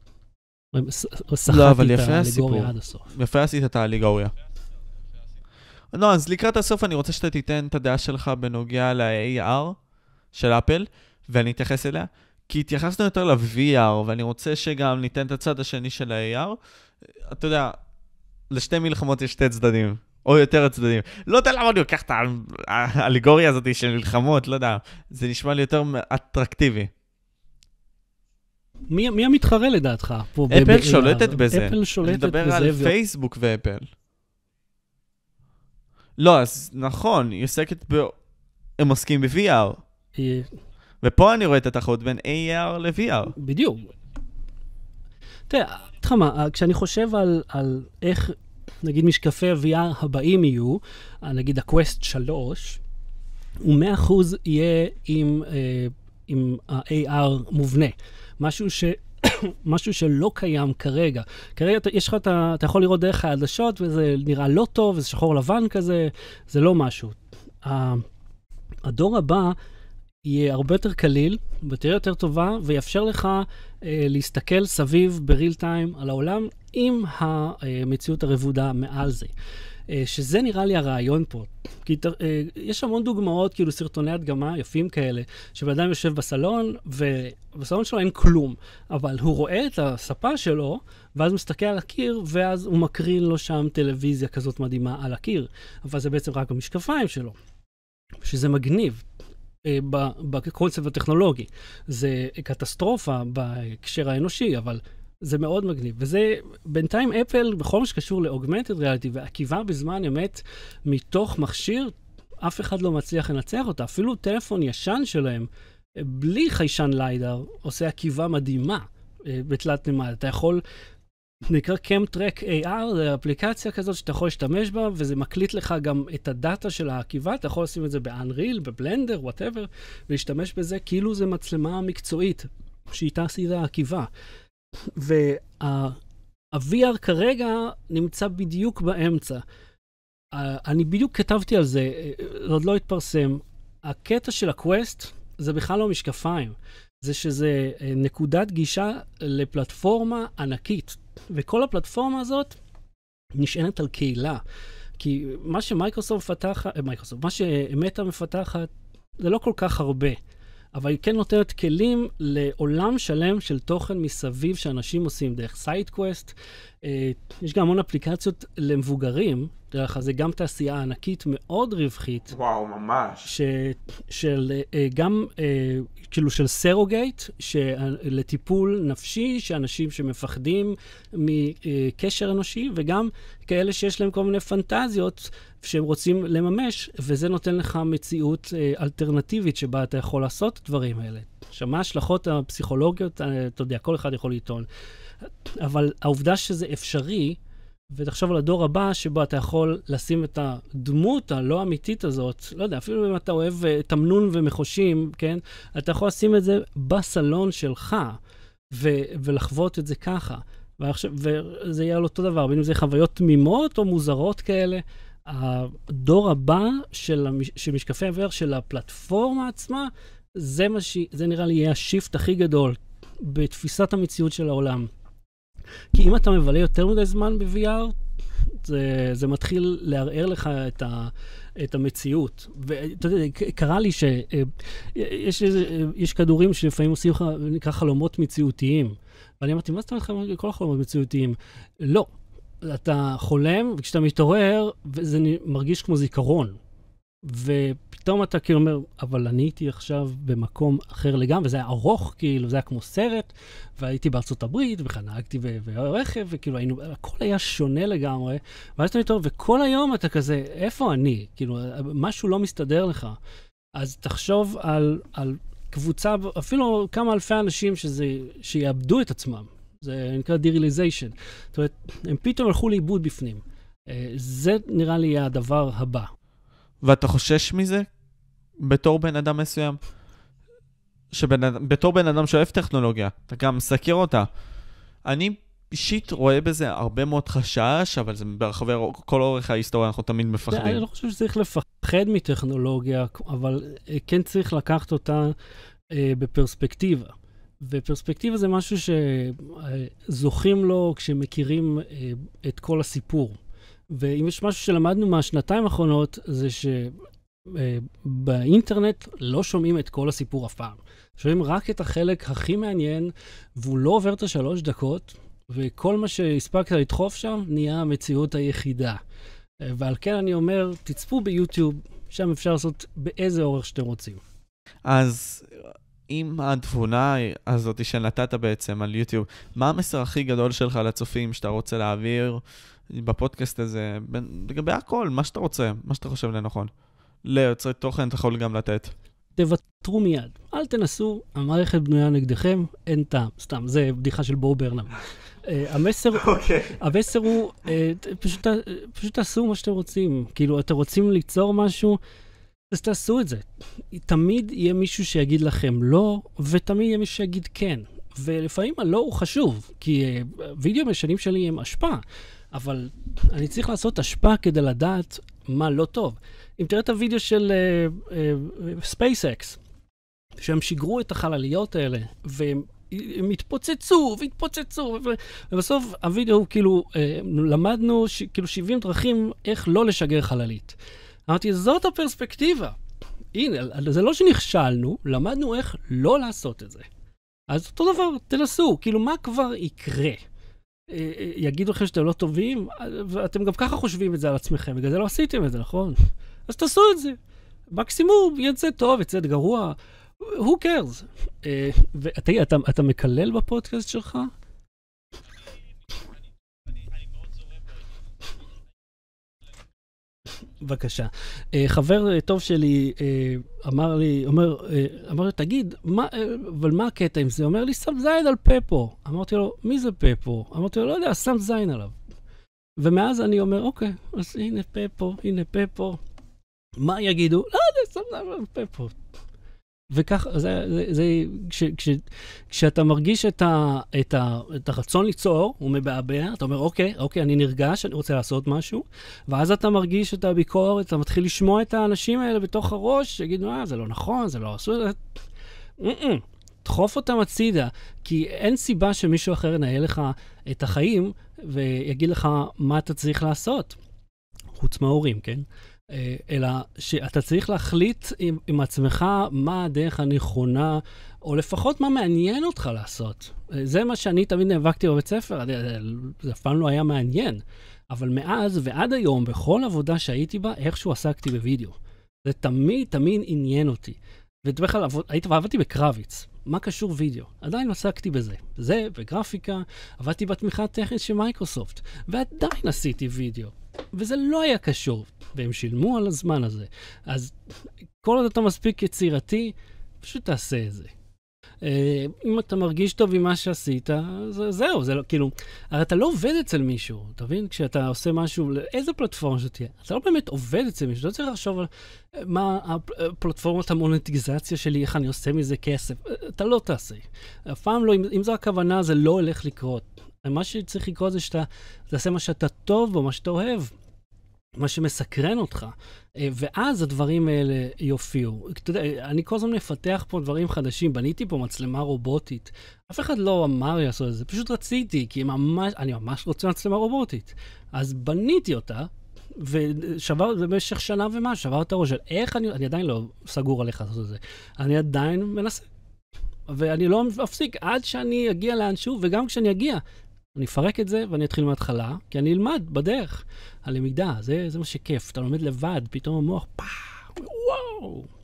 לא, אבל יפה הסיפור. יפה עשית את האליגוריה. לא, אז לקראת הסוף אני רוצה שאתה תיתן את הדעה שלך בנוגע ל-איי אר של אפל, ואני אתייחס אליה, כי התייחסנו יותר ל-וי אר, ואני רוצה שגם ניתן את הצד השני של ה-איי אר. אתה יודע, לשתי מלחמות יש שתי צדדים, או יותר צדדים. לא יודע למה אני לוקח את האליגוריה הזאת של מלחמות, לא יודע. זה נשמע לי יותר אטרקטיבי. מי, מי המתחרה לדעתך? אפל שולטת בזה. אפל שולטת בזה. אני מדבר על פייסבוק ואפל. לא, אז נכון, היא עוסקת ב... הם עוסקים ב-וי אר. ופה אני רואה את התחרות בין איי אר ל-וי אר. בדיוק. תראה, תחמה, כשאני חושב על, על איך, נגיד, משקפי ה-וי אר הבאים יהיו, נגיד ה-Quest שלוש, הוא מאה אחוז יהיה עם, אה, עם ה-איי אר מובנה. משהו ש... משהו שלא קיים כרגע. כרגע יש לך, אתה, אתה יכול לראות דרך העדשות, וזה נראה לא טוב, וזה שחור לבן כזה, זה לא משהו. הדור הבא יהיה הרבה יותר קליל, ותראה יותר טובה, ויאפשר לך אה, להסתכל סביב בריל טיים על העולם, עם המציאות הרבודה מעל זה. אה, שזה נראה לי הרעיון פה. כי אה, יש המון דוגמאות, כאילו סרטוני הדגמה יפים כאלה, שבאדם יושב בסלון, ובסלון שלו אין כלום, אבל הוא רואה את הספה שלו, ואז מסתכל על הקיר, ואז הוא מקרין לו שם טלוויזיה כזאת מדהימה על הקיר. אבל זה בעצם רק המשקפיים שלו, שזה מגניב. בקונספט הטכנולוגי. זה קטסטרופה בהקשר האנושי, אבל זה מאוד מגניב. וזה, בינתיים אפל, בכל מה שקשור ל-Augmented Reality ועקיבה בזמן אמת מתוך מכשיר, אף אחד לא מצליח לנצח אותה. אפילו טלפון ישן שלהם, בלי חיישן ליידר, עושה עקיבה מדהימה בתלת נמד. אתה יכול... נקרא CamTrack איי אר, זה אפליקציה כזאת שאתה יכול להשתמש בה, וזה מקליט לך גם את הדאטה של העקיבה, אתה יכול לשים את זה ב-Unreal, בבלנדר, whatever, ולהשתמש בזה כאילו זה מצלמה מקצועית, שאיתה עשית העקיבה. וה-וי אר כרגע נמצא בדיוק באמצע. אני בדיוק כתבתי על זה, זה עוד לא התפרסם. הקטע של הקווסט זה בכלל לא משקפיים, זה שזה נקודת גישה לפלטפורמה ענקית. וכל הפלטפורמה הזאת נשענת על קהילה. כי מה שמייקרוסופט מפתחת, מייקרוסופט, מה שמטה מפתחת, זה לא כל כך הרבה. אבל היא כן נותנת כלים לעולם שלם של תוכן מסביב שאנשים עושים דרך סיידקווסט. יש גם המון אפליקציות למבוגרים, דרך זה גם תעשייה ענקית מאוד רווחית. וואו, ממש. ש, של גם כאילו של סרוגייט, לטיפול נפשי, שאנשים שמפחדים מקשר אנושי, וגם כאלה שיש להם כל מיני פנטזיות שהם רוצים לממש, וזה נותן לך מציאות אלטרנטיבית שבה אתה יכול לעשות את הדברים האלה. שמה ההשלכות הפסיכולוגיות, אתה יודע, כל אחד יכול לטעון. אבל העובדה שזה אפשרי, ותחשוב על הדור הבא שבו אתה יכול לשים את הדמות הלא אמיתית הזאת, לא יודע, אפילו אם אתה אוהב תמנון ומחושים, כן? אתה יכול לשים את זה בסלון שלך, ו- ולחוות את זה ככה. ועכשיו, וזה יהיה על אותו דבר, בין אם זה חוויות תמימות או מוזרות כאלה. הדור הבא של, המש- של משקפי עבר של הפלטפורמה עצמה, זה, מה ש- זה נראה לי יהיה השיפט הכי גדול בתפיסת המציאות של העולם. כי אם אתה מבלה יותר מדי זמן ב-וי אר, זה, זה מתחיל לערער לך את, ה, את המציאות. ואתה יודע, קרה לי שיש יש כדורים שלפעמים עושים לך, נקרא חלומות מציאותיים. ואני אמרתי, מה זאת אומרת כל החלומות מציאותיים? לא. אתה חולם, וכשאתה מתעורר, וזה מרגיש כמו זיכרון. ופתאום אתה כאילו אומר, אבל אני הייתי עכשיו במקום אחר לגמרי, וזה היה ארוך, כאילו, זה היה כמו סרט, והייתי בארצות הברית, וחנגתי ברכב, וכאילו, היינו, הכל היה שונה לגמרי, ואז אתה מתעורר, וכל היום אתה כזה, איפה אני? כאילו, משהו לא מסתדר לך. אז תחשוב על, על קבוצה, אפילו כמה אלפי אנשים שזה, שיאבדו את עצמם. זה נקרא דיריליזיישן. זאת אומרת, הם פתאום הלכו לאיבוד בפנים. זה נראה לי הדבר הבא. ואתה חושש מזה? בתור בן אדם מסוים? שבן, בתור בן אדם שאוהב טכנולוגיה, אתה גם מסקר אותה. אני אישית רואה בזה הרבה מאוד חשש, אבל זה ברחבי כל אורך ההיסטוריה, אנחנו תמיד מפחדים. אני לא חושב שצריך לפחד מטכנולוגיה, אבל כן צריך לקחת אותה אה, בפרספקטיבה. ופרספקטיבה זה משהו שזוכים לו כשמכירים אה, את כל הסיפור. ואם יש משהו שלמדנו מהשנתיים האחרונות, זה שבאינטרנט לא שומעים את כל הסיפור אף פעם. שומעים רק את החלק הכי מעניין, והוא לא עובר את השלוש דקות, וכל מה שהספקת לדחוף שם נהיה המציאות היחידה. ועל כן אני אומר, תצפו ביוטיוב, שם אפשר לעשות באיזה אורך שאתם רוצים. אז עם התבונה הזאת שנתת בעצם על יוטיוב, מה המסר הכי גדול שלך לצופים שאתה רוצה להעביר בפודקאסט הזה, לגבי הכל, מה שאתה רוצה, מה שאתה חושב לנכון? ליוצרי תוכן אתה יכול גם לתת. תוותרו מיד, אל תנסו, המערכת בנויה נגדכם, אין טעם, סתם, זה בדיחה של בוב ברנם. המסר, המסר הוא, פשוט, פשוט תעשו מה שאתם רוצים. כאילו, אתם רוצים ליצור משהו, אז תעשו את זה. תמיד יהיה מישהו שיגיד לכם לא, ותמיד יהיה מישהו שיגיד כן. ולפעמים הלא הוא חשוב, כי וידאו משנים שלי הם השפעה, אבל אני צריך לעשות השפעה כדי לדעת מה לא טוב. אם תראה את הוידאו של SpaceX, שהם שיגרו את החלליות האלה, והם הם התפוצצו והתפוצצו, ובסוף הוידאו הוא כאילו, למדנו כאילו שבעים דרכים איך לא לשגר חללית. אמרתי, זאת הפרספקטיבה. הנה, זה לא שנכשלנו, למדנו איך לא לעשות את זה. אז אותו דבר, תנסו, כאילו מה כבר יקרה? יגידו לכם שאתם לא טובים, ואתם גם ככה חושבים את זה על עצמכם, בגלל זה לא עשיתם את זה, נכון? אז תעשו את זה. מקסימום, יצא טוב, יצא גרוע, who cares? ואתה, אתה, אתה מקלל בפודקאסט שלך? בבקשה. חבר טוב שלי אמר לי, אומר, אמר לי, תגיד, מה, אבל מה הקטע עם זה? אומר לי, שם זין על פפו. אמרתי לו, מי זה פפו? אמרתי לו, לא יודע, שם זין עליו. ומאז אני אומר, אוקיי, אז הנה פפו, הנה פפו. מה יגידו? לא יודע, שם זין על פפו. וכך, זה, זה, זה, כש, כש, כשאתה מרגיש את, ה, את, ה, את הרצון ליצור, הוא מבעבע, אתה אומר, אוקיי, אוקיי, אני נרגש, אני רוצה לעשות משהו, ואז אתה מרגיש את הביקורת, אתה מתחיל לשמוע את האנשים האלה בתוך הראש, שיגידו, אה, זה לא נכון, זה לא עשו את זה. דחוף אותם הצידה, כי אין סיבה שמישהו אחר ינהל לך את החיים, ויגיד לך מה אתה צריך לעשות. חוץ מההורים, כן? אלא שאתה צריך להחליט עם, עם עצמך מה הדרך הנכונה, או לפחות מה מעניין אותך לעשות. זה מה שאני תמיד נאבקתי בבית ספר, זה אף פעם לא היה מעניין. אבל מאז ועד היום, בכל עבודה שהייתי בה, איכשהו עסקתי בווידאו. זה תמיד, תמיד עניין אותי. ובכלל, הייתי ועבדתי בקרביץ. מה קשור וידאו? עדיין עסקתי בזה. זה, בגרפיקה, עבדתי בתמיכה הטכנית של מייקרוסופט, ועדיין עשיתי וידאו. וזה לא היה קשור, והם שילמו על הזמן הזה. אז כל עוד אתה מספיק יצירתי, פשוט תעשה את זה. אם אתה מרגיש טוב עם מה שעשית, זה, זהו, זה לא, כאילו, הרי אתה לא עובד אצל מישהו, אתה מבין? כשאתה עושה משהו, לאיזה פלטפורמה שתהיה, אתה לא באמת עובד אצל מישהו, אתה לא צריך לחשוב על מה הפלטפורמת המונטיזציה שלי, איך אני עושה מזה כסף, אתה לא תעשה. אף פעם לא, אם, אם זו הכוונה, זה לא הולך לקרות. מה שצריך לקרות זה שאתה תעשה מה שאתה טוב בו, מה שאתה אוהב, מה שמסקרן אותך, ואז הדברים האלה יופיעו. אתה יודע, אני כל הזמן מפתח פה דברים חדשים, בניתי פה מצלמה רובוטית. אף אחד לא אמר לי לעשות את זה, פשוט רציתי, כי ממש, אני ממש רוצה מצלמה רובוטית. אז בניתי אותה, ושבר, במשך שנה ומה, שבר את הראש של איך אני, אני עדיין לא סגור עליך לעשות את זה. אני עדיין מנסה. ואני לא מפסיק עד שאני אגיע לאנשהו, וגם כשאני אגיע, אני אפרק את זה ואני אתחיל מההתחלה, כי אני אלמד בדרך. הלמידה, זה, זה מה שכיף. אתה לומד לבד, פתאום המוח, פאו, וואו.